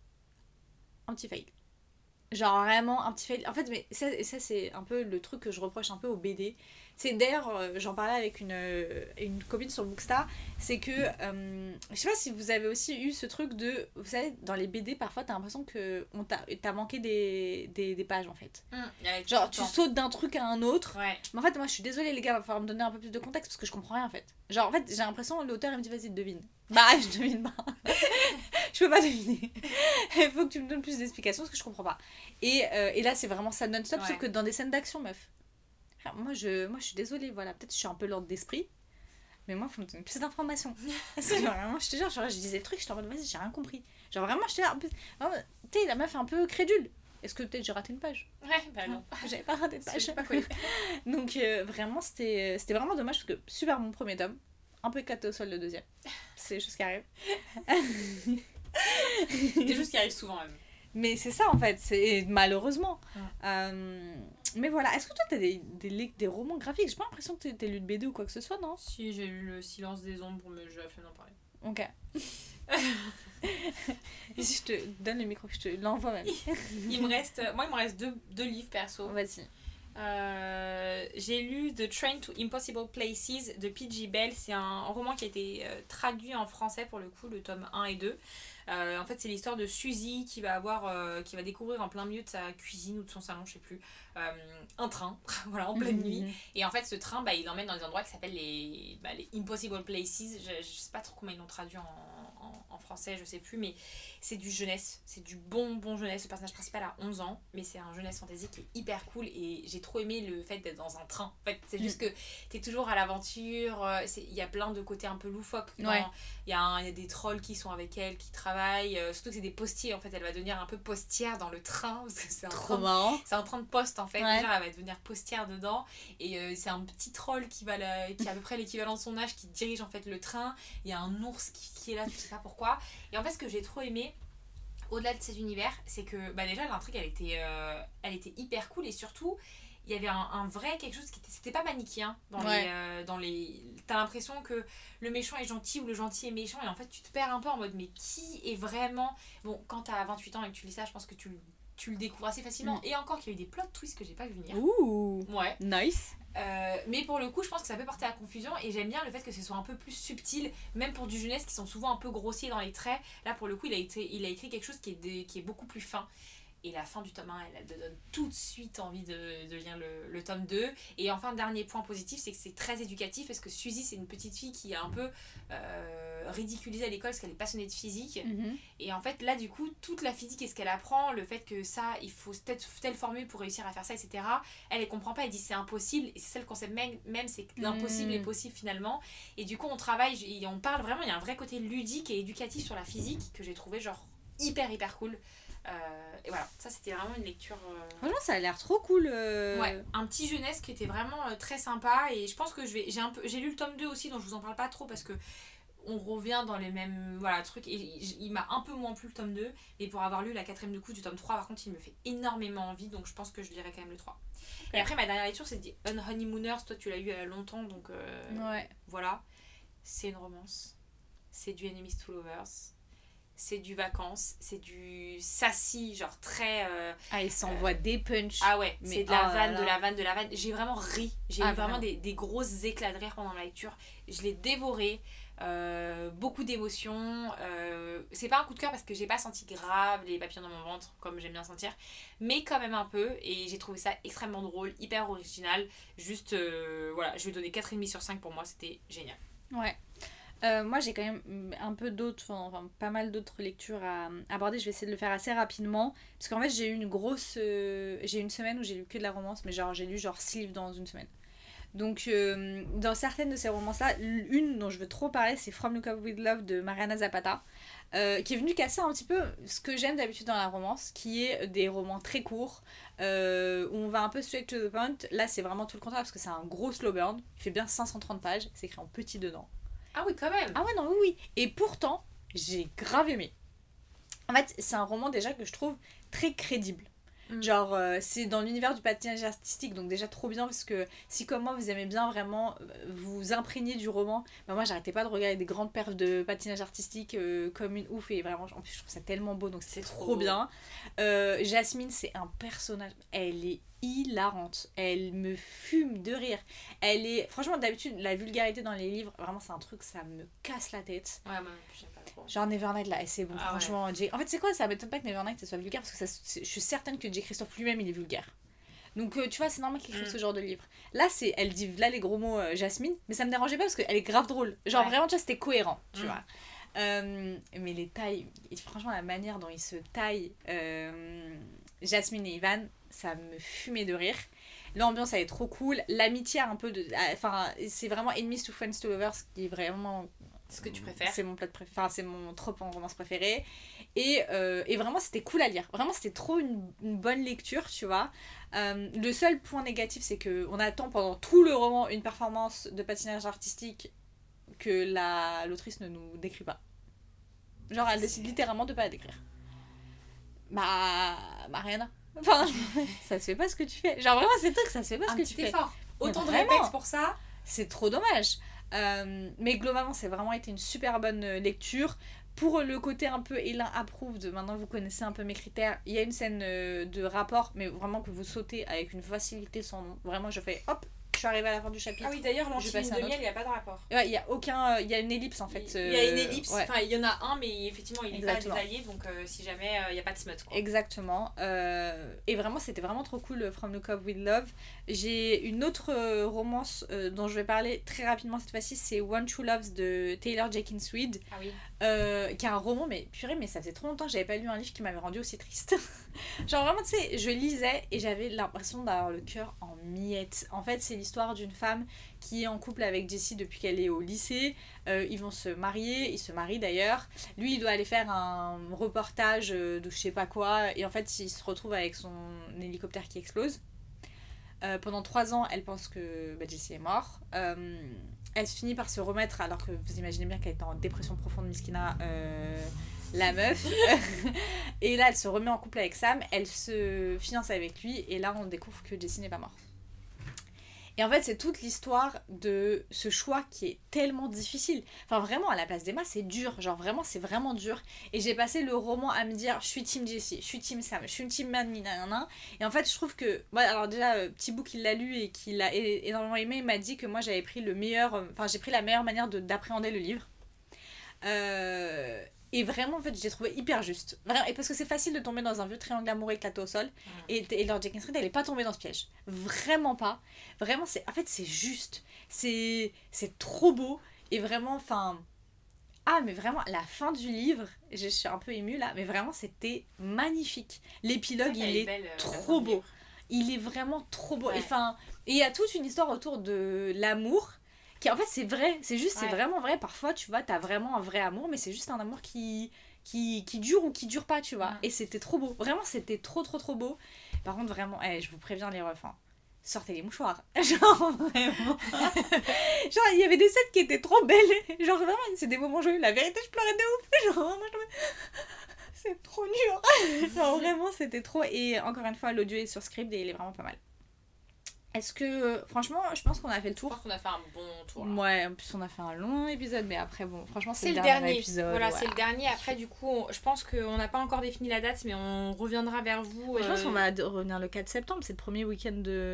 un petit fail. Genre vraiment un petit fail. En fait, mais ça, ça c'est un peu le truc que je reproche un peu aux B D. C'est d'ailleurs, euh, j'en parlais avec une, euh, une copine sur Booksta, c'est que, euh, je sais pas si vous avez aussi eu ce truc de, vous savez, dans les B D, parfois t'as l'impression que on t'a, t'as manqué des, des, des pages en fait. Mmh, genre tu sautes d'un truc à un autre. Ouais. Mais en fait, moi je suis désolée les gars, va falloir me donner un peu plus de contexte parce que je comprends rien en fait. Genre en fait, j'ai l'impression l'auteur il me dit vas-y devine. Bah je devine pas. Je peux pas deviner. Il faut que tu me donnes plus d'explications parce que je comprends pas. Et, euh, et là c'est vraiment ça non-stop, ouais. Sauf que dans des scènes d'action meuf. Moi je, moi je suis désolée, voilà, peut-être que je suis un peu lourde d'esprit, mais moi, il faut me donner plus d'informations. Parce que vraiment, je te jure, genre, je disais le truc, j'étais en mode, vas-y, j'ai rien compris. Genre, vraiment, j'étais un peu. Tu sais, la meuf est un peu crédule. Est-ce que peut-être j'ai raté une page? Ouais, bah non. J'avais pas raté de page. Je sais pas quoi. Donc, euh, vraiment, c'était, c'était vraiment dommage parce que super bon premier tome. Un peu éclaté au sol le deuxième. C'est des choses qui arrivent. Des choses qui arrivent souvent, même. Mais c'est ça, en fait. C'est malheureusement. Ouais. Euh, mais voilà. Est-ce que toi, t'as des, des, des romans graphiques? J'ai pas l'impression que t'as lu de B D ou quoi que ce soit, non? Si, j'ai lu Le Silence des Ombres, mais j'ai la flemme d'en parler. Ok. Si je te donne le micro, je te l'envoie même. Il me reste, moi, il me reste deux, deux livres perso. Vas-y. Euh, j'ai lu The Train to Impossible Places de P G Bell. C'est un roman qui a été euh, traduit en français pour le coup, le tome un et deux. Euh, en fait, c'est l'histoire de Suzy qui va avoir, euh, qui va découvrir en plein milieu de sa cuisine ou de son salon, je sais plus, euh, un train, voilà, en pleine nuit. Et en fait, ce train, bah, il emmène dans des endroits qui s'appellent les, bah, les Impossible Places. Je, je sais pas trop comment ils l'ont traduit en, en, en français, je sais plus, mais c'est du jeunesse, c'est du bon, bon jeunesse. Le personnage principal a onze ans, mais c'est un jeunesse fantasy qui est hyper cool et j'ai trop aimé le fait d'être dans un train. En fait, c'est juste que t'es toujours à l'aventure, il y a plein de côtés un peu loufoques. Il Ouais. y, y a des trolls qui sont avec elle, qui travaillent, euh, surtout que c'est des postiers en fait. Elle va devenir un peu postière dans le train parce que c'est un Trop train, marrant. c'est un train de poste en fait. Ouais. Déjà, elle va devenir postière dedans et euh, c'est un petit troll qui, va la, qui a à peu près l'équivalent de son âge qui dirige en fait le train. Il y a un ours qui, qui est là, tu sais pas pourquoi. Et en fait, ce que j'ai trop aimé, au-delà de ces univers, c'est que bah déjà l'intrigue elle était, euh, elle était hyper cool et surtout il y avait un, un vrai quelque chose qui était, c'était pas manichéen dans Ouais. les, euh, dans les, t'as l'impression que le méchant est gentil ou le gentil est méchant et en fait tu te perds un peu en mode mais qui est vraiment, bon quand t'as vingt-huit ans et que tu lis ça je pense que tu, tu le découvres assez facilement. Mm. Et encore qu'il y a eu des plot twists que j'ai pas vu venir. Ouh. Ouais. Nice. Euh, mais pour le coup je pense que ça peut porter à confusion et j'aime bien le fait que ce soit un peu plus subtil même pour du jeunesse qui sont souvent un peu grossiers dans les traits. Là pour le coup il a, été, il a écrit quelque chose qui est, de, qui est beaucoup plus fin et la fin du tome un elle, elle te donne tout de suite envie de, de lire le, le tome deux. Et enfin dernier point positif c'est que c'est très éducatif parce que Suzy c'est une petite fille qui est un peu euh, ridiculisée à l'école parce qu'elle est passionnée de physique. Mm-hmm. Et en fait là du coup toute la physique et ce qu'elle apprend, le fait que ça il faut telle, telle formule pour réussir à faire ça etc, elle elle comprend pas, elle dit c'est impossible et c'est ça le concept même, même c'est que l'impossible mmh. est possible finalement. Et du coup on travaille et on parle vraiment, il y a un vrai côté ludique et éducatif sur la physique que j'ai trouvé genre hyper hyper cool. Euh, et voilà, ça c'était vraiment une lecture. Euh... Franchement, ça a l'air trop cool. Euh... Ouais, un petit jeunesse qui était vraiment euh, très sympa. Et je pense que je vais. J'ai, un peu, j'ai lu le tome deux aussi, donc je vous en parle pas trop parce que on revient dans les mêmes voilà, trucs. Et il m'a un peu moins plu le tome deux. Et pour avoir lu la quatrième de coup du tome trois, par contre, il me fait énormément envie. Donc je pense que je lirai quand même le trois. Okay. Et après, ma dernière lecture, c'est dit Unhoneymooners. Toi, tu l'as lu il y a longtemps, donc euh, ouais. Voilà. C'est une romance. C'est du Enemies to Lovers. C'est du vacances, c'est du sassy, genre très... Euh, ah, il s'envoie euh, des punchs. Ah ouais, mais c'est de la oh vanne, de la vanne, de la vanne. J'ai vraiment ri. J'ai ah, eu vraiment, vraiment des, des grosses éclats de rire pendant la lecture. Je l'ai dévoré. Euh, beaucoup d'émotions. Euh, c'est pas un coup de cœur parce que j'ai pas senti grave les papillons dans mon ventre, comme j'aime bien sentir. Mais quand même un peu. Et j'ai trouvé ça extrêmement drôle, hyper original. Juste, euh, voilà, je vais donner quatre virgule cinq sur cinq pour moi. C'était génial. Ouais. Euh, moi j'ai quand même un peu d'autres, enfin pas mal d'autres lectures à aborder. Je vais essayer de le faire assez rapidement parce qu'en fait j'ai eu une grosse euh, j'ai eu une semaine où j'ai lu que de la romance, mais genre j'ai lu genre six livres dans une semaine. Donc euh, dans certaines de ces romances là, une dont je veux trop parler c'est From Look Up With Love de Mariana Zapata, euh, qui est venue casser un petit peu ce que j'aime d'habitude dans la romance, qui est des romans très courts euh, où on va un peu straight to the point. Là c'est vraiment tout le contraire parce que c'est un gros slow burn, il fait bien cinq cent trente pages, c'est écrit en petit dedans. Ah oui, quand même. Ah ouais, non, oui, oui. Et pourtant, j'ai grave aimé. En fait, c'est un roman déjà que je trouve très crédible. Mm. Genre, euh, c'est dans l'univers du patinage artistique, donc déjà trop bien, parce que si comme moi, vous aimez bien vraiment vous imprégner du roman, bah moi, j'arrêtais pas de regarder des grandes perfs de patinage artistique euh, comme une ouf, et vraiment, en plus, je trouve ça tellement beau, donc c'est, c'est trop, trop bien. Euh, Jasmine, c'est un personnage, elle est hilarante, elle me fume de rire. Elle est, franchement, d'habitude, la vulgarité dans les livres, vraiment, c'est un truc, ça me casse la tête. Ouais, moi, j'aime pas trop. Genre Nevernight, là, et c'est bon, ah, franchement. ouais. J... En fait, c'est quoi, ça m'étonne pas que Nevernight ça soit vulgaire, parce que ça, je suis certaine que J. Christophe lui-même, il est vulgaire. Donc, euh, tu vois, c'est normal qu'il écrive mm. ce genre de livre. Là, c'est, elle dit là les gros mots euh, Jasmine, mais ça me dérangeait pas parce qu'elle est grave drôle. Genre, ouais. Vraiment, tu vois, c'était cohérent, tu mm. vois. Euh, mais les tailles, et franchement, la manière dont ils se taillent, euh, Jasmine et Ivan, ça me fumait de rire. L'ambiance elle est trop cool, l'amitié un peu de, enfin c'est vraiment enemies to friends to lovers qui est vraiment ce que tu préfères. C'est mon plat de préféré, enfin c'est mon trope en romance préféré. Et, euh, et vraiment c'était cool à lire. Vraiment c'était trop une, une bonne lecture, tu vois. Euh, le seul point négatif c'est que on attend pendant tout le roman une performance de patinage artistique que la l'autrice ne nous décrit pas. Genre elle décide littéralement de pas la décrire. Bah, bah rien. Enfin, ça se fait pas ce que tu fais. Genre vraiment c'est toi que ça se fait pas un ce que tu fais. Effort. Autant Mais de vraiment. répètes pour ça. C'est trop dommage. Euh, mais globalement, c'est vraiment été une super bonne lecture. Pour le côté un peu Elin approved, maintenant vous connaissez un peu mes critères. Il y a une scène de rapport, mais vraiment que vous sautez avec une facilité sans nom. Vraiment, je fais hop, je suis arrivée à la fin du chapitre. Ah oui, d'ailleurs, l'antivine de miel, autre. il n'y a pas de rapport. Ouais, il y a aucun. Il y a une ellipse en fait. Il y a une ellipse, ouais. Enfin, il y en a un, mais effectivement, il n'est pas Exactement. détaillé, donc euh, si jamais euh, il n'y a pas de smut. Quoi. Exactement. Euh, et vraiment, c'était vraiment trop cool, From the Cove with Love. J'ai une autre euh, romance euh, dont je vais parler très rapidement cette fois-ci, c'est One True Loves de Taylor Jenkins Reid. Ah oui. Euh, qui est un roman, mais purée, mais ça faisait trop longtemps que j'avais pas lu un livre qui m'avait rendu aussi triste. Genre vraiment, tu sais, je lisais et j'avais l'impression d'avoir le cœur en miettes. En fait, c'est l'histoire d'une femme qui est en couple avec Jessie depuis qu'elle est au lycée. Euh, ils vont se marier, ils se marient d'ailleurs. Lui, il doit aller faire un reportage de je sais pas quoi, et en fait, il se retrouve avec son hélicoptère qui explose. Euh, pendant trois ans, elle pense que bah, Jessie est mort. Euh, elle finit par se remettre, alors que vous imaginez bien qu'elle était en dépression profonde, Miskina, euh, la meuf. Et là, elle se remet en couple avec Sam, elle se finance avec lui, et là, on découvre que Jessie n'est pas mort. Et en fait, c'est toute l'histoire de ce choix qui est tellement difficile. Enfin, vraiment, à la place d'Emma, c'est dur. Genre, vraiment, c'est vraiment dur. Et j'ai passé le roman à me dire, je suis team Jessie, je suis team Sam, je suis team Manny, nanana. Et en fait, je trouve que... Moi, alors déjà, euh, petit bout qui l'a lu et qui l'a é- énormément aimé, il m'a dit que moi, j'avais pris le meilleur... Enfin, j'ai pris la meilleure manière de, d'appréhender le livre. Euh... Et vraiment, en fait, j'ai trouvé hyper juste. Vraiment, et parce que c'est facile de tomber dans un vieux triangle amoureux éclaté au sol. Mmh. Et Taylor Jenkins Reid, elle est pas tombée dans ce piège. Vraiment pas. Vraiment, c'est, en fait, c'est juste. C'est, c'est trop beau. Et vraiment, enfin... Ah, mais vraiment, la fin du livre, je suis un peu émue là, mais vraiment, c'était magnifique. L'épilogue, il est belle, trop beau. Il est vraiment trop beau. Ouais. Et enfin, et il y a toute une histoire autour de l'amour. Qui, en fait, c'est vrai, c'est juste, ouais. C'est vraiment vrai. Parfois, tu vois, t'as vraiment un vrai amour, mais c'est juste un amour qui, qui, qui dure ou qui dure pas, tu vois. Ouais. Et c'était trop beau. Vraiment, c'était trop, trop, trop beau. Par contre, vraiment, hey, je vous préviens, les refs, hein, sortez les mouchoirs. Genre, vraiment. Genre, il y avait des scènes qui étaient trop belles. Genre, vraiment, c'est des moments joyeux. La vérité, je pleurais de ouf. Genre, vraiment, je... c'est trop dur. Genre, vraiment, c'était trop. Et encore une fois, l'audio est sur Scribd et il est vraiment pas mal. Est-ce que, franchement, je pense qu'on a fait le tour. Je pense qu'on a fait un bon tour. Là. Ouais, en plus on a fait un long épisode, mais après, bon, franchement, c'est, c'est le, le dernier, dernier épisode. Voilà, ouais. C'est le dernier. Après, du coup, on, je pense qu'on n'a pas encore défini la date, mais on reviendra vers vous. Ouais, euh... Je pense qu'on va revenir le quatre septembre, c'est le premier week-end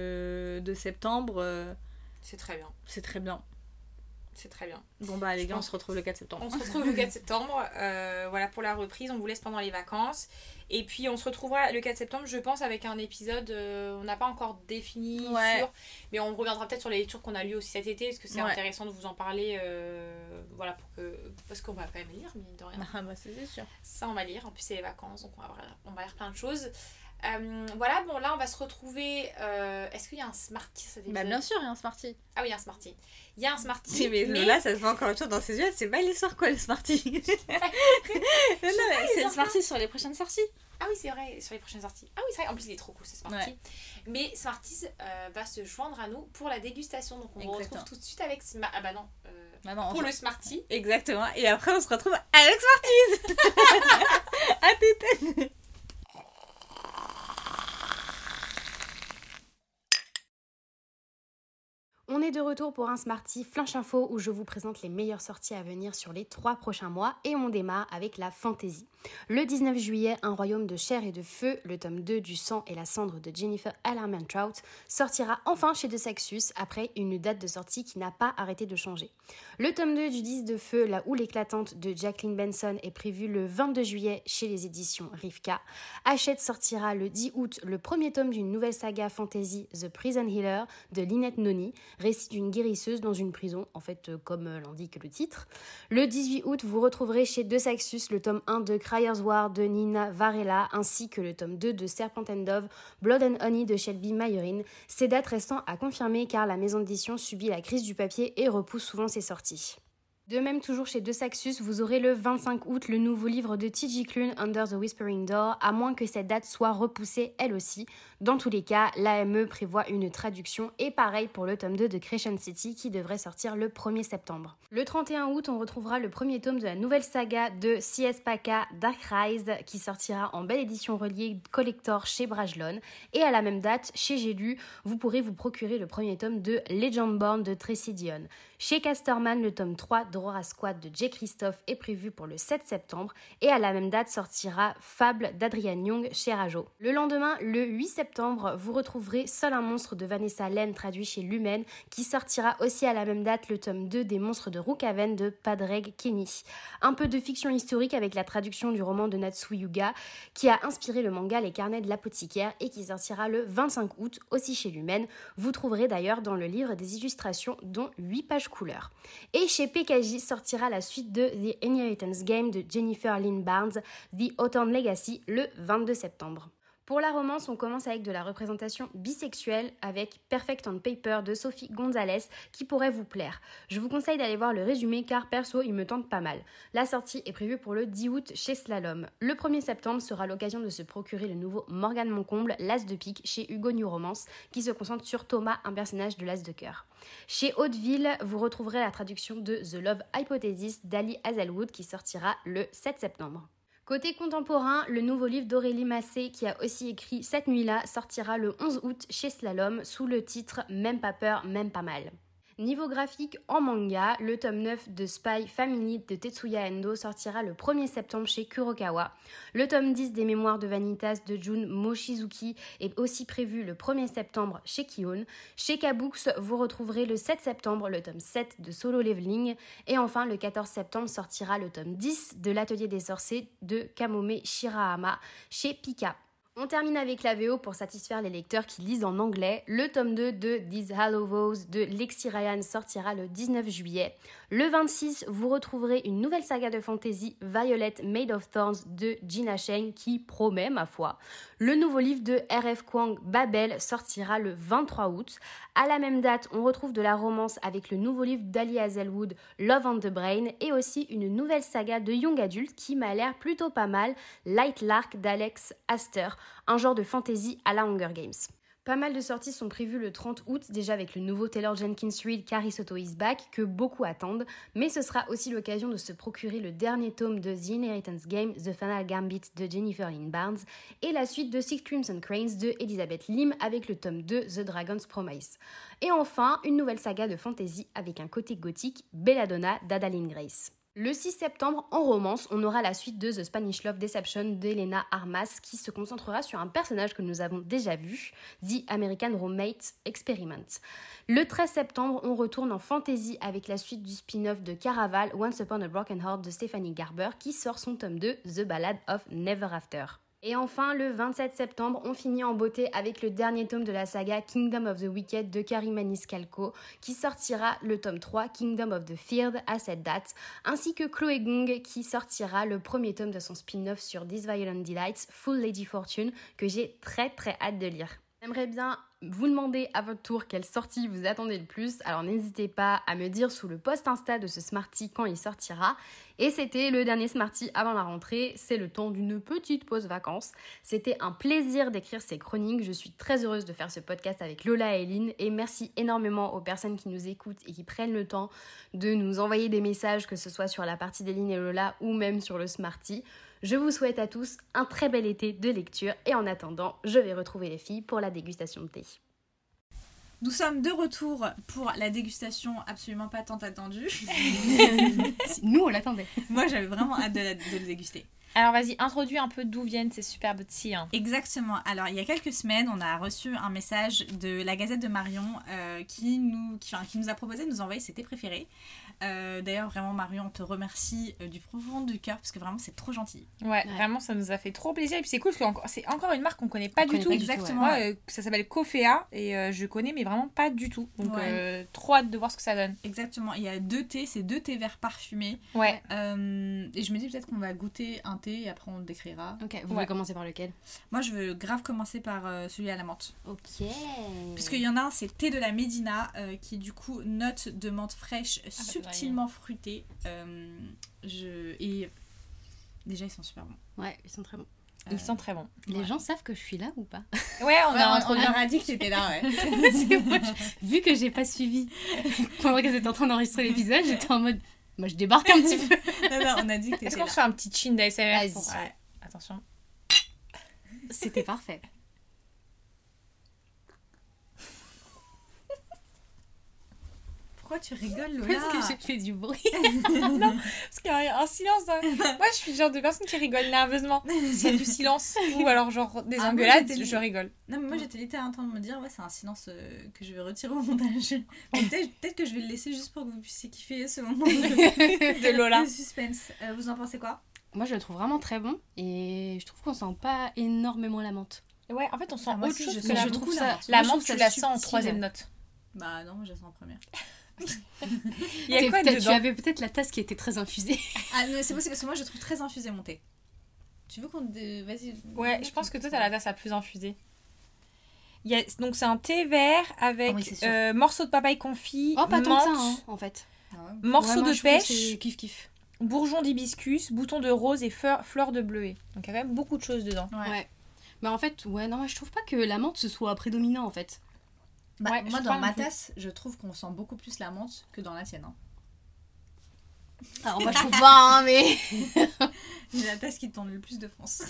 de, de septembre. C'est très bien. C'est très bien. C'est très bien. Bon bah les je gars, on se retrouve le quatre septembre. On se retrouve le quatre septembre, euh, voilà pour la reprise, on vous laisse pendant les vacances. Et puis on se retrouvera le quatre septembre, je pense, avec un épisode, euh, on n'a pas encore défini ouais. sur, mais on reviendra peut-être sur les lectures qu'on a lues aussi cet été, parce que c'est ouais. intéressant de vous en parler, euh, voilà, pour que, parce qu'on va quand même lire, mine de rien. Ah bah c'est sûr. Ça on va lire, en plus c'est les vacances, donc on va, on va lire plein de choses. Euh, voilà, bon là on va se retrouver. Euh, est-ce qu'il y a un Smarty cet épisode ? Bah bien sûr, il y a un Smarty. Ah oui, il y a un Smarty. Il y a un Smarty. Mais, mais là, ça se voit encore une chose dans ses yeux. C'est pas l'histoire quoi, le Smarty. non, non, mais c'est le Smarty sur les prochaines sorties. Ah oui, c'est vrai, sur les prochaines sorties. Ah oui, c'est vrai, en plus il est trop cool ce Smarty. Ouais. Mais Smarties euh, va se joindre à nous pour la dégustation. Donc on vous retrouve tout de suite avec. Sma- ah bah non. Euh, bah non pour le Smarty. Exactement. Et après, on se retrouve avec Smarties. À tout. On est de retour pour un Smarty Flash Info où je vous présente les meilleures sorties à venir sur les trois prochains mois et on démarre avec la fantasy. Le dix-neuf juillet, Un royaume de chair et de feu, le tome deux du sang et la cendre de Jennifer Armentrout sortira enfin chez De Saxus après une date de sortie qui n'a pas arrêté de changer. Le tome deux du dix de feu, La houle éclatante de Jacqueline Benson est prévu le vingt-deux juillet chez les éditions Rivka. Hachette sortira le dix août le premier tome d'une nouvelle saga fantasy The Prison Healer de Lynette Noni, récit d'une guerre guérisseuse dans une prison, en fait euh, comme euh, l'indique le titre. Le dix-huit août, vous retrouverez chez De Saxus le tome un de Cryer's War de Nina Varela ainsi que le tome deux de Serpent and Dove, Blood and Honey de Shelby Mayerin, ces dates restant à confirmer car la maison d'édition subit la crise du papier et repousse souvent ses sorties. De même, toujours chez De Saxus, vous aurez le vingt-cinq août le nouveau livre de T J Klune, Under the Whispering Door, à moins que cette date soit repoussée elle aussi. Dans tous les cas, l'A M E prévoit une traduction et pareil pour le tome deux de Crescent City qui devrait sortir le premier septembre. Le trente et un août, on retrouvera le premier tome de la nouvelle saga de C S Paca, Dark Rise, qui sortira en belle édition reliée collector chez Brajlon. Et à la même date, chez J'ai lu, vous pourrez vous procurer le premier tome de Legendborn de Tracy Dion. Chez Casterman, le tome trois d'Aurora Squad de Jay Christophe est prévu pour le sept septembre et à la même date sortira Fable d'Adrian Young chez Rajo. Le lendemain, le huit septembre, vous retrouverez Seul un monstre de Vanessa Len traduit chez Lumen qui sortira aussi à la même date le tome deux des monstres de Rookhaven de Padraig Kenny. Un peu de fiction historique avec la traduction du roman de Natsu Yuga qui a inspiré le manga Les Carnets de l'apothicaire et qui sortira le vingt-cinq août aussi chez Lumen. Vous trouverez d'ailleurs dans le livre des illustrations dont huit pages couleurs. Et chez P K J sortira la suite de The Inheritance Game de Jennifer Lynn Barnes, The Autumn Legacy, le vingt-deux septembre. Pour la romance, on commence avec de la représentation bisexuelle avec Perfect on Paper de Sophie Gonzalez qui pourrait vous plaire. Je vous conseille d'aller voir le résumé car perso il me tente pas mal. La sortie est prévue pour le dix août chez Slalom. Le premier septembre sera l'occasion de se procurer le nouveau Morgane Moncomble, l'As de pique chez Hugo New Romance qui se concentre sur Thomas, un personnage de l'As de cœur. Chez Hauteville, vous retrouverez la traduction de The Love Hypothesis d'Ali Hazelwood qui sortira le sept septembre. Côté contemporain, le nouveau livre d'Aurélie Massé, qui a aussi écrit Cette nuit-là, sortira le onze août chez Slalom sous le titre Même pas peur, même pas mal. Niveau graphique, en manga, le tome neuf de Spy Family de Tetsuya Endo sortira le premier septembre chez Kurokawa. Le tome dix des Mémoires de Vanitas de Jun Mochizuki est aussi prévu le premier septembre chez Kion. Chez Kabooks, vous retrouverez le sept septembre le tome sept de Solo Leveling. Et enfin, le quatorze septembre sortira le tome dix de l'Atelier des sorciers de Kamome Shirahama chez Pika. On termine avec la V O pour satisfaire les lecteurs qui lisent en anglais. Le tome deux de These Hollow Vows de Lexi Ryan sortira le dix-neuf juillet. Le vingt-six, vous retrouverez une nouvelle saga de fantasy, Violet Made of Thorns de Gina Sheng qui promet, ma foi. Le nouveau livre de R F Kuang, Babel, sortira le vingt-trois août. À la même date, on retrouve de la romance avec le nouveau livre d'Ali Hazelwood, Love on the Brain, et aussi une nouvelle saga de young adult qui m'a l'air plutôt pas mal, Light Lark d'Alex Astor, un genre de fantasy à la Hunger Games. Pas mal de sorties sont prévues le trente août, déjà avec le nouveau Taylor Jenkins Reid Carrie Soto is Back, que beaucoup attendent, mais ce sera aussi l'occasion de se procurer le dernier tome de The Inheritance Game, The Final Gambit de Jennifer Lynn Barnes, et la suite de Six Crimson Cranes de Elizabeth Lim avec le tome deux, The Dragon's Promise. Et enfin, une nouvelle saga de fantasy avec un côté gothique, Belladonna d'Adaline Grace. Le six septembre, en romance, on aura la suite de The Spanish Love Deception d'Elena Armas qui se concentrera sur un personnage que nous avons déjà vu, The American Roommate Experiment. Le treize septembre, on retourne en fantasy avec la suite du spin-off de Caraval, Once Upon a Broken Heart de Stephanie Garber qui sort son tome deux, The Ballad of Never After. Et enfin, le vingt-sept septembre, on finit en beauté avec le dernier tome de la saga Kingdom of the Wicked de Carrie Maniscalco qui sortira le tome trois, Kingdom of the Feared, à cette date, ainsi que Chloé Gong qui sortira le premier tome de son spin-off sur These Violent Delights, Full Lady Fortune, que j'ai très très hâte de lire. J'aimerais bien vous demander à votre tour quelle sortie vous attendez le plus, alors n'hésitez pas à me dire sous le post Insta de ce Smarty quand il sortira. Et c'était le dernier Smarty avant la rentrée, c'est le temps d'une petite pause vacances. C'était un plaisir d'écrire ces chroniques, je suis très heureuse de faire ce podcast avec Lola et Eline et merci énormément aux personnes qui nous écoutent et qui prennent le temps de nous envoyer des messages, que ce soit sur la partie d'Eline et Lola ou même sur le Smarty. Je vous souhaite à tous un très bel été de lecture et en attendant, je vais retrouver les filles pour la dégustation de thé. Nous sommes de retour pour la dégustation absolument pas tant attendue. Nous, on l'attendait. Moi, j'avais vraiment hâte de, la, de le déguster. Alors vas-y, introduis un peu d'où viennent ces superbes tea. Hein. Exactement. Alors, il y a quelques semaines, on a reçu un message de la Gazette de Marion euh, qui, nous, qui, enfin, qui nous a proposé de nous envoyer ses thés préférés. Euh, D'ailleurs, vraiment, Marion, on te remercie euh, du profond du cœur parce que vraiment, c'est trop gentil. Ouais, Ouais. vraiment, ça nous a fait trop plaisir. Et puis c'est cool parce que c'est encore une marque qu'on connaît pas On du connaît tout. pas du tout, Exactement. Moi, ouais. euh, ça s'appelle Cofea et euh, je connais, mais vraiment pas du tout. Donc, Ouais. euh, trop hâte de voir ce que ça donne. Exactement. Il y a deux thés, c'est deux thés verts parfumés. Ouais. Euh, et je me dis peut-être qu'on va goûter un thé et après on le décrira. Ok, vous Ouais. voulez commencer par lequel? Moi, je veux grave commencer par euh, celui à la menthe. Ok. Puisqu'il y en a un, c'est le thé de la Médina, euh, qui est du coup note de menthe fraîche, subtilement fruitée. Euh, je... Et déjà, ils sont super bons. Ouais, ils sont très bons. Ils Euh, sont très bons. Les ouais. gens savent que je suis là ou pas? Ouais, on Ouais, a on, on introduit. leur a dit que tu étais là, ouais. C'est moi, je- Vu que j'ai pas suivi pendant qu'elles étaient en train d'enregistrer l'épisode, j'étais en mode. Moi, je débarque un petit peu. non, non, on a dit que Est-ce t'étais qu'on là. se fait un petit chin d'A S M R Vas-y. pour- Ouais. Attention. C'était parfait. Pourquoi tu rigoles, Lola? Parce que j'ai fait du bruit. Parce qu'il y a un silence. hein. Moi, je suis le genre de personne qui rigole nerveusement. S'il y a du silence ou alors genre des Ah, moi, engueulades, j'étais- je rigole. Non, mais moi j'étais littéralement en train de me dire, ouais, c'est un silence euh, que je vais retirer au montage. Mais Peut-être peut-être que je vais le laisser juste pour que vous puissiez kiffer ce moment de, De Lola. de suspense. Euh, vous en pensez quoi? Moi, je le trouve vraiment très bon et je trouve qu'on sent pas énormément la menthe. Ouais, en fait, on sent Ah, moi autre aussi, chose je que sens la beaucoup menthe. la menthe. La Moi, je menthe, trouve tu ça la sens en subtil. troisième note. Bah non, moi je la sens en première. Il y a T'es- quoi peut-être- Tu dedans avais peut-être la tasse qui était très infusée. Ah, mais c'est possible parce que moi je trouve très infusé mon thé. Tu veux qu'on. dé- Vas-y. Ouais, je pense que toi, t'as la tasse la plus infusée. Il y a... Donc, c'est un thé vert avec Ah oui, c'est sûr. euh, morceau de papaye confit, Oh, pas tant que ça, menthe, hein, en fait. Ah ouais. morceau Ouais, moi, de je trouve que pêche, c'est Kiff kiff. bourgeon d'hibiscus, bouton de rose et fleur, fleur de bleuet. Donc, il y a quand même beaucoup de choses dedans. Ouais. Ouais. Mais en fait, ouais, non, moi, je trouve pas que la menthe ce soit prédominant en fait. Bah, Ouais, je moi trouve dans pas ma non plus. tasse, je trouve qu'on sent beaucoup plus la menthe que dans la tienne. Hein. Alors, moi, je trouve pas, hein, mais. J'ai la tasse qui tourne le plus de France.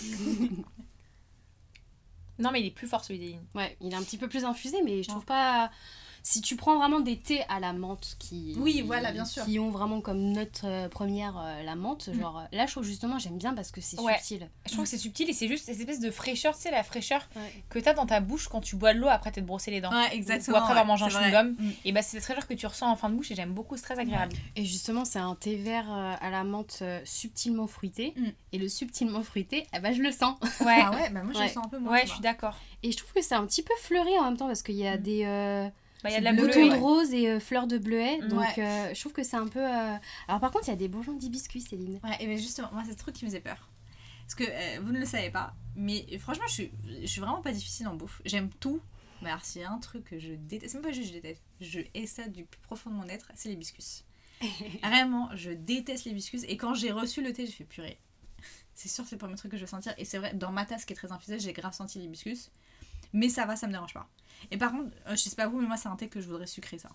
Non, mais il est plus fort celui d'Éline. Ouais, il est un petit peu plus infusé, mais je trouve pas. Si tu prends vraiment des thés à la menthe qui. Oui, voilà, bien sûr. Qui ont vraiment comme note euh, première euh, la menthe, genre. euh, Là, je trouve justement, j'aime bien parce que c'est Ouais. subtil. Je trouve que c'est subtil et c'est juste cette espèce de fraîcheur, tu sais, la fraîcheur Ouais. que t'as dans ta bouche quand tu bois de l'eau après t'être brossé les dents. Ouais, exactement. Ou après avoir ouais, mangé un c'est vrai. chewing-gum. Mm. Et bah, c'est cette fraîcheur que tu ressens en fin de bouche et j'aime beaucoup, c'est très agréable. Et justement, c'est un thé vert euh, à la menthe euh, subtilement fruité. Mm. Et le subtilement fruité, eh ben, je le sens. Ouais, Ah ouais, bah moi je Ouais. le sens un peu moins. ouais, tu je vois. suis d'accord. Et je trouve que c'est un petit peu fleuri en même temps parce qu'il y a Mm. des euh, Bah, il y a de C'est la bleu, bleue. boutons ouais. de rose et euh, fleurs de bleuet. Mm. Donc Ouais. euh, je trouve que c'est un peu. euh, Alors par contre, il y a des bourgeons d'hibiscus, Céline. Ouais, et bien justement, moi c'est ce truc qui me faisait peur. Parce que euh, vous ne le savez pas, mais franchement, je suis, je suis vraiment pas difficile en bouffe. J'aime tout. Mais alors, s'il y a un truc que je déteste, c'est même pas juste je déteste, je hais ça du plus profond de mon être, c'est l'hibiscus. Vraiment, je déteste l'hibiscus. Et quand j'ai reçu le thé, j'ai fait purée. C'est sûr, c'est le premier truc que je vais sentir. Et c'est vrai, dans ma tasse qui est très infusée, j'ai grave senti l'hibiscus. Mais ça va, ça me dérange pas. Et par contre, euh, je sais pas vous, mais moi, c'est un thé que je voudrais sucrer, ça.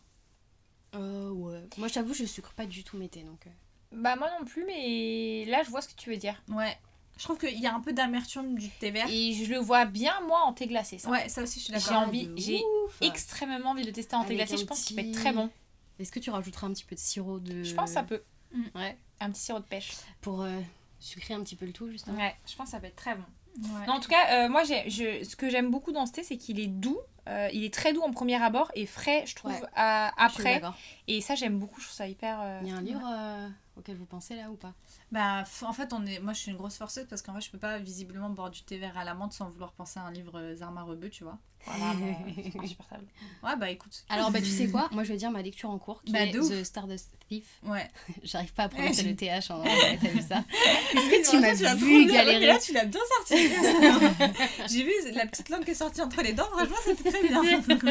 Euh, ouais. Moi, je t'avoue, je sucre pas du tout mes thés. Donc, euh. Bah, moi non plus, mais là, je vois ce que tu veux dire. Ouais. Je trouve qu'il y a un peu d'amertume du thé vert. Et je le vois bien, moi, en thé glacé, ça. Ouais, ça aussi, je suis J'ai d'accord. envie- de j'ai ouf. Extrêmement envie de le tester en thé Avec glacé, un je pense qu'il peut petit- être très bon. Est-ce que tu rajouteras un petit peu de sirop de. Je pense que ça peut. Ouais. Un petit sirop de pêche. Pour euh, sucrer un petit peu le tout, justement. Ouais, je pense que ça peut être très bon. Ouais. Non, en tout cas, euh, moi, j'ai, je, ce que j'aime beaucoup dans ce thé, c'est qu'il est doux. Euh, il est très doux en premier abord et frais, je trouve, Ouais. à- Je suis après. d'accord. Et ça, j'aime beaucoup. Je trouve ça hyper. euh, Il y a un livre euh, auquel vous pensez là ou pas? Bah, f- en fait, on est... moi je suis une grosse forceuse parce qu'en fait, je peux pas visiblement boire du thé vert à la menthe sans vouloir penser à un livre euh, Zarma Rebeu, tu vois. Voilà, bon, c'est insupportable. Ouais, bah écoute. Alors, bah, tu sais quoi? Moi, je vais dire ma lecture en cours qui Bah, est de ouf. The Stardust Thief. Ouais. J'arrive pas à prononcer Ouais. le T H en anglais, t'as vu ça? Est-ce que tu Toi, m'as l'as vu trop bien- galérer? Là, tu l'as bien sorti. J'ai vu la petite langue qui est sortie entre les dents, franchement, c'était très bien.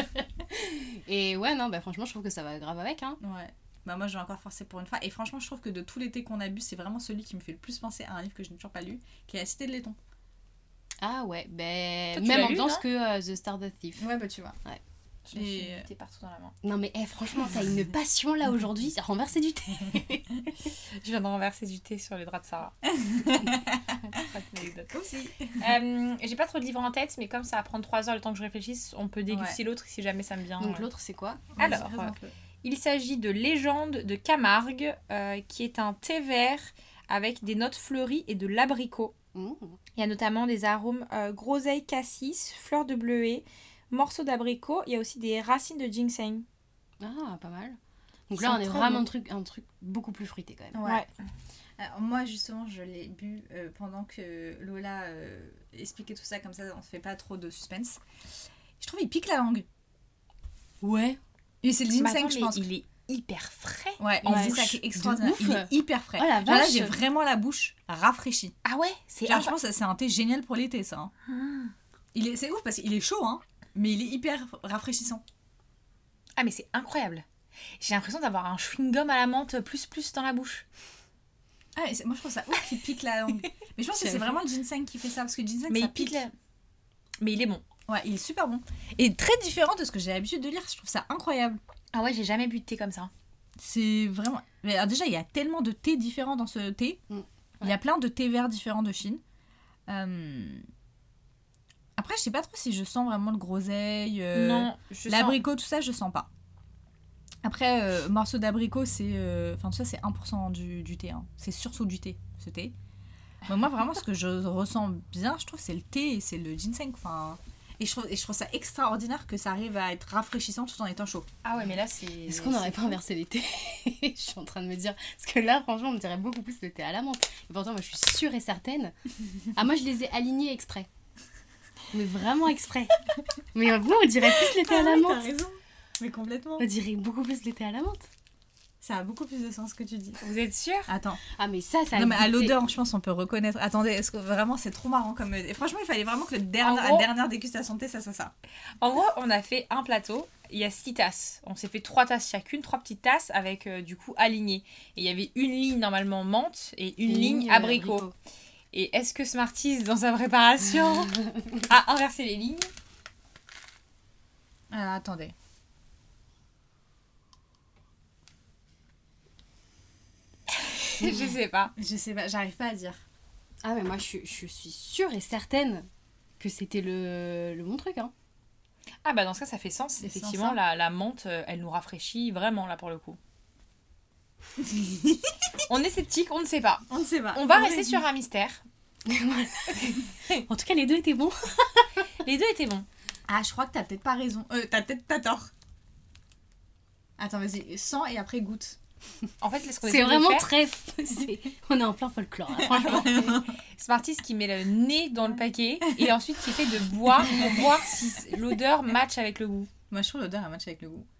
Et ouais, non, bah franchement, je trouve que ça va grave avec, hein. Ouais. Bah, moi, je vais encore forcer pour une fois. Et franchement, je trouve que de tous les thés qu'on a bu, c'est vraiment celui qui me fait le plus penser à un livre que je n'ai toujours pas lu, qui est La Cité de Laiton. Ah ouais, ben Toi, tu même l'as lu, ambiance non que euh, The Stardust Thief. Ouais, bah tu vois. Je me suis Et- notée partout dans la main. Non mais eh, franchement, t'as une passion là aujourd'hui, renverser du thé. Je viens de renverser du thé sur les draps de Sarah. Petite anecdote. Aussi. Euh, j'ai pas trop de livres en tête, mais comme ça va prendre trois heures le temps que je réfléchisse, on peut déguster l'autre si jamais ça me vient. Donc euh. l'autre c'est quoi? Alors, Vas-y, présente-le. Il s'agit de Légende de Camargue, euh, qui est un thé vert avec des notes fleuries et de l'abricot. Mmh. Il y a notamment des arômes euh, groseille, cassis, fleurs de bleuet, morceaux d'abricot. Il y a aussi des racines de ginseng. Ah, pas mal. Donc Ça là, on sent est très vraiment bon. un truc, un truc beaucoup plus fruité quand même. Ouais. Ouais. Alors, moi, justement, je l'ai bu euh, pendant que Lola euh, expliquait tout ça, comme ça, on ne fait pas trop de suspense. Je trouve qu'il pique la langue. Ouais. Et c'est le Mais ginseng, attends, je mais pense. il est hyper frais. Ouais, En mais c'est bouche. ça qui est De extraordinaire. ouf. Il est hyper frais. Oh la Genre là, vache. j'ai vraiment la bouche rafraîchie. Ah ouais, c'est Genre, je pense que c'est un thé génial pour l'été, ça. hein. Ah. Il est, c'est ouf parce qu'il est chaud, hein, mais il est hyper rafraîchissant. Ah mais c'est incroyable. J'ai l'impression d'avoir un chewing-gum à la menthe plus plus dans la bouche. Ah, mais c'est- moi, je trouve ça ouf qu'il pique la langue. Mais je pense que c'est J'avoue. vraiment le ginseng qui fait ça, parce que le ginseng, Mais ça il pique la- Mais il est bon. Ouais, il est super bon. Et très différent de ce que j'ai l'habitude de lire. Je trouve ça incroyable. Ah ouais, j'ai jamais bu de thé comme ça. C'est vraiment... Mais alors déjà, il y a tellement de thés différents dans ce thé. Mm. Il y a plein de thés verts différents de Chine. Euh, Après, je sais pas trop si je sens vraiment le groseille. euh, Non, je sens... L'abricot, tout ça, je sens pas. Après, euh, morceau d'abricot, c'est... euh, Enfin, tout ça, c'est un pour cent du, du thé. hein. C'est surtout du thé, ce thé. Mais moi, vraiment, ce que je ressens bien, je trouve, c'est le thé et c'est le ginseng. Enfin... Et je, trouve, et je trouve ça extraordinaire que ça arrive à être rafraîchissant tout en étant chaud. Ah ouais, mais là c'est... Est-ce qu'on n'aurait c'est pas fou. inversé les thés? Je suis en train de me dire. Parce que là, franchement, on me dirait beaucoup plus le thé à la menthe. Et pourtant, moi, je suis sûre et certaine. Ah, moi, je les ai alignés exprès. Mais vraiment exprès. Mais vous, on dirait plus le thé à la Ah oui, t'as menthe. raison. Mais complètement. On dirait beaucoup plus le thé à la menthe. Ça a beaucoup plus de sens que tu dis. Vous êtes sûr? Attends. Ah, mais ça, ça a Non, mais à goûté- l'odeur, je pense on peut reconnaître. Attendez, est-ce que vraiment c'est trop marrant comme. Et franchement, il fallait vraiment que le dernier, En gros- la dernière dégustation de thé, ça soit ça. En gros, on a fait un plateau, il y a six tasses. On s'est fait trois tasses chacune, trois petites tasses avec euh, du coup alignées. Et il y avait une ligne normalement menthe et une ligne euh, abricot. Et est-ce que Smarties, dans sa préparation, a inversé les lignes? Alors, attendez. Je sais pas. Je sais pas, j'arrive pas à dire. Ah, mais moi, je, suis- je suis sûre et certaine que c'était le, le bon truc. Hein. Ah bah dans ce cas, ça fait sens. C'est Effectivement, sens, hein. la, la menthe, euh, elle nous rafraîchit vraiment là pour le coup. On est sceptique, on ne sait pas. On ne sait pas. On va On rester l'a sur dit. un mystère. En tout cas, les deux étaient bons. Les deux étaient bons. Ah, je crois que t'as peut-être pas raison. Euh, t'as peut-être t'as tort. Attends, vas-y, sens et après goûte. En fait, ce qu'on C'est essaie de vraiment faire, très. c'est- On est en plein folklore, là, franchement. Smarties qui met le nez dans le paquet et ensuite qui essaie de boire pour voir si l'odeur match avec le goût. Moi, je trouve l'odeur un match avec le goût.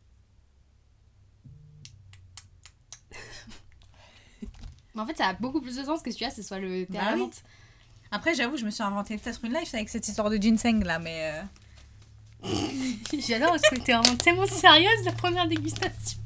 Mais en fait, ça a beaucoup plus de sens que celui-là, ce soit le thé Bah à la oui. menthe. Après, j'avoue, je me suis inventé peut-être une life avec cette histoire de ginseng là, mais. euh, J'adore parce que t'es vraiment tellement sérieuse la première dégustation.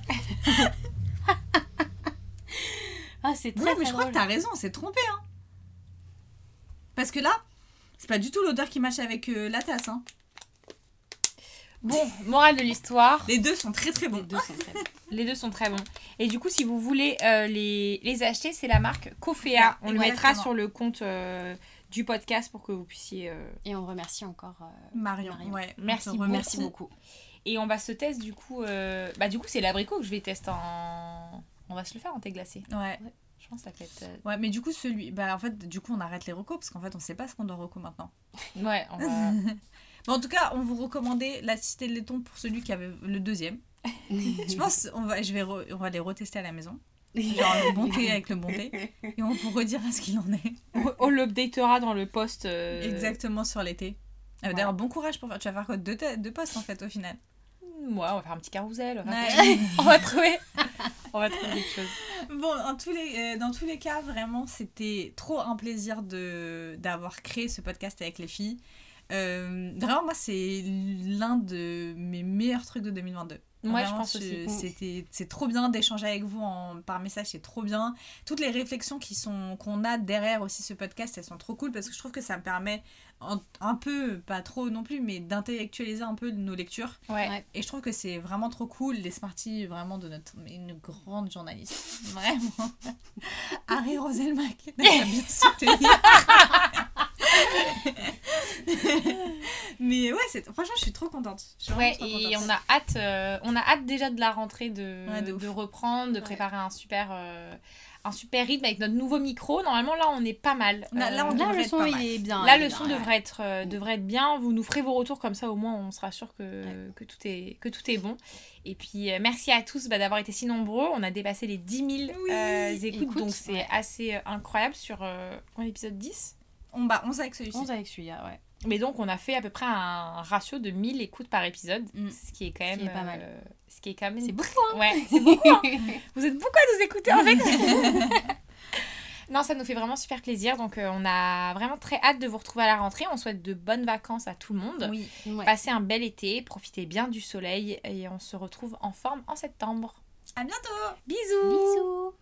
Ah, c'est très, Ouais, mais très je crois drôle. que t'as raison, on s'est trompé, hein. Parce que là, c'est pas du tout l'odeur qui matche avec euh, la tasse, hein. Bon, morale de l'histoire, Les deux sont très très Les bons. deux sont très bons. les deux sont très bons. Et du coup, si vous voulez euh, les, les acheter, c'est la marque Cofea. On le Ouais, mettra exactement. sur le compte euh, du podcast pour que vous puissiez... euh, Et on remercie encore. euh, Marion, Marion. ouais. Merci on te beaucoup. remercie. Merci beaucoup. Et on va se tester du coup... euh, Bah du coup, c'est l'abricot que je vais tester en... On va se le faire en thé glacé. Ouais. Je pense que ça peut être... euh, Ouais, mais du coup, celui. Bah, en fait, du coup, on arrête les recos parce qu'en fait, on sait pas ce qu'on doit reco maintenant. Ouais, on va... Bon, en tout cas, on vous recommandait la Cité de laiton pour celui qui avait le deuxième. Je pense on va, je vais re- on va les retester à la maison. Genre le bon thé avec le bon thé. Et on vous redira ce qu'il en est. on on l'updatera dans le post. euh, Exactement sur l'été. Euh, voilà. D'ailleurs, bon courage pour faire. Tu vas faire quoi? Deux, ta- deux postes en fait au final. Ouais, on va faire un petit carrousel. On va, Ouais. on va trouver... on va trouver quelque chose. Bon, en tous les, euh, dans tous les cas, vraiment, c'était trop un plaisir de, d'avoir créé ce podcast avec les filles. Euh, vraiment, moi, c'est l'un de mes meilleurs trucs de deux mille vingt-deux. Moi, je Vraiment, pense aussi. C'était, c'est trop bien d'échanger avec vous en, par message, c'est trop bien. Toutes les réflexions qui sont, qu'on a derrière aussi ce podcast, elles sont trop cool parce que je trouve que ça me permet un, un peu, pas trop non plus, mais d'intellectualiser un peu nos lectures. Ouais. Ouais. Et je trouve que c'est vraiment trop cool, les Smarties, vraiment de notre, mais une grande journaliste. Vraiment. Harry Roselmack, d'être bien soutenir. Mais ouais, c'est... franchement, je suis trop contente. Je suis Ouais, vraiment trop et contente. on a hâte, euh, on a hâte déjà de la rentrée de, Ouais, de de, ouf. reprendre, de Ouais. préparer un super, euh, un super rythme avec notre nouveau micro. Normalement, là, on est pas mal. Là, là, on Euh, Là, devrait le être son, pas il mal. est bien. Là, il est le bien, son ouais. devrait être, euh, devrait être bien. Vous nous ferez vos retours comme ça, au moins, on sera sûr que, que, tout, est, que tout est bon. Et puis, euh, merci à tous bah, d'avoir été si nombreux. On a dépassé les dix mille Oui, euh, écoutes, écoute, donc c'est ouais. assez euh, incroyable sur euh, quoi, l'épisode dix. On bat onze avec celui-ci. onze avec celui-là, ouais. Mais donc, on a fait à peu près un ratio de mille écoutes par épisode, Mm. ce qui est quand Ce même... qui est pas mal. euh, ce qui est quand même... C'est beaucoup, hein. Ouais, c'est beaucoup, hein. Vous êtes beaucoup à nous écouter, en fait. Non, ça nous fait vraiment super plaisir. Donc, euh, on a vraiment très hâte de vous retrouver à la rentrée. On souhaite de bonnes vacances à tout le monde. Oui. Ouais. Passez un bel été, profitez bien du soleil et on se retrouve en forme en septembre. À bientôt. Bisous. Bisous.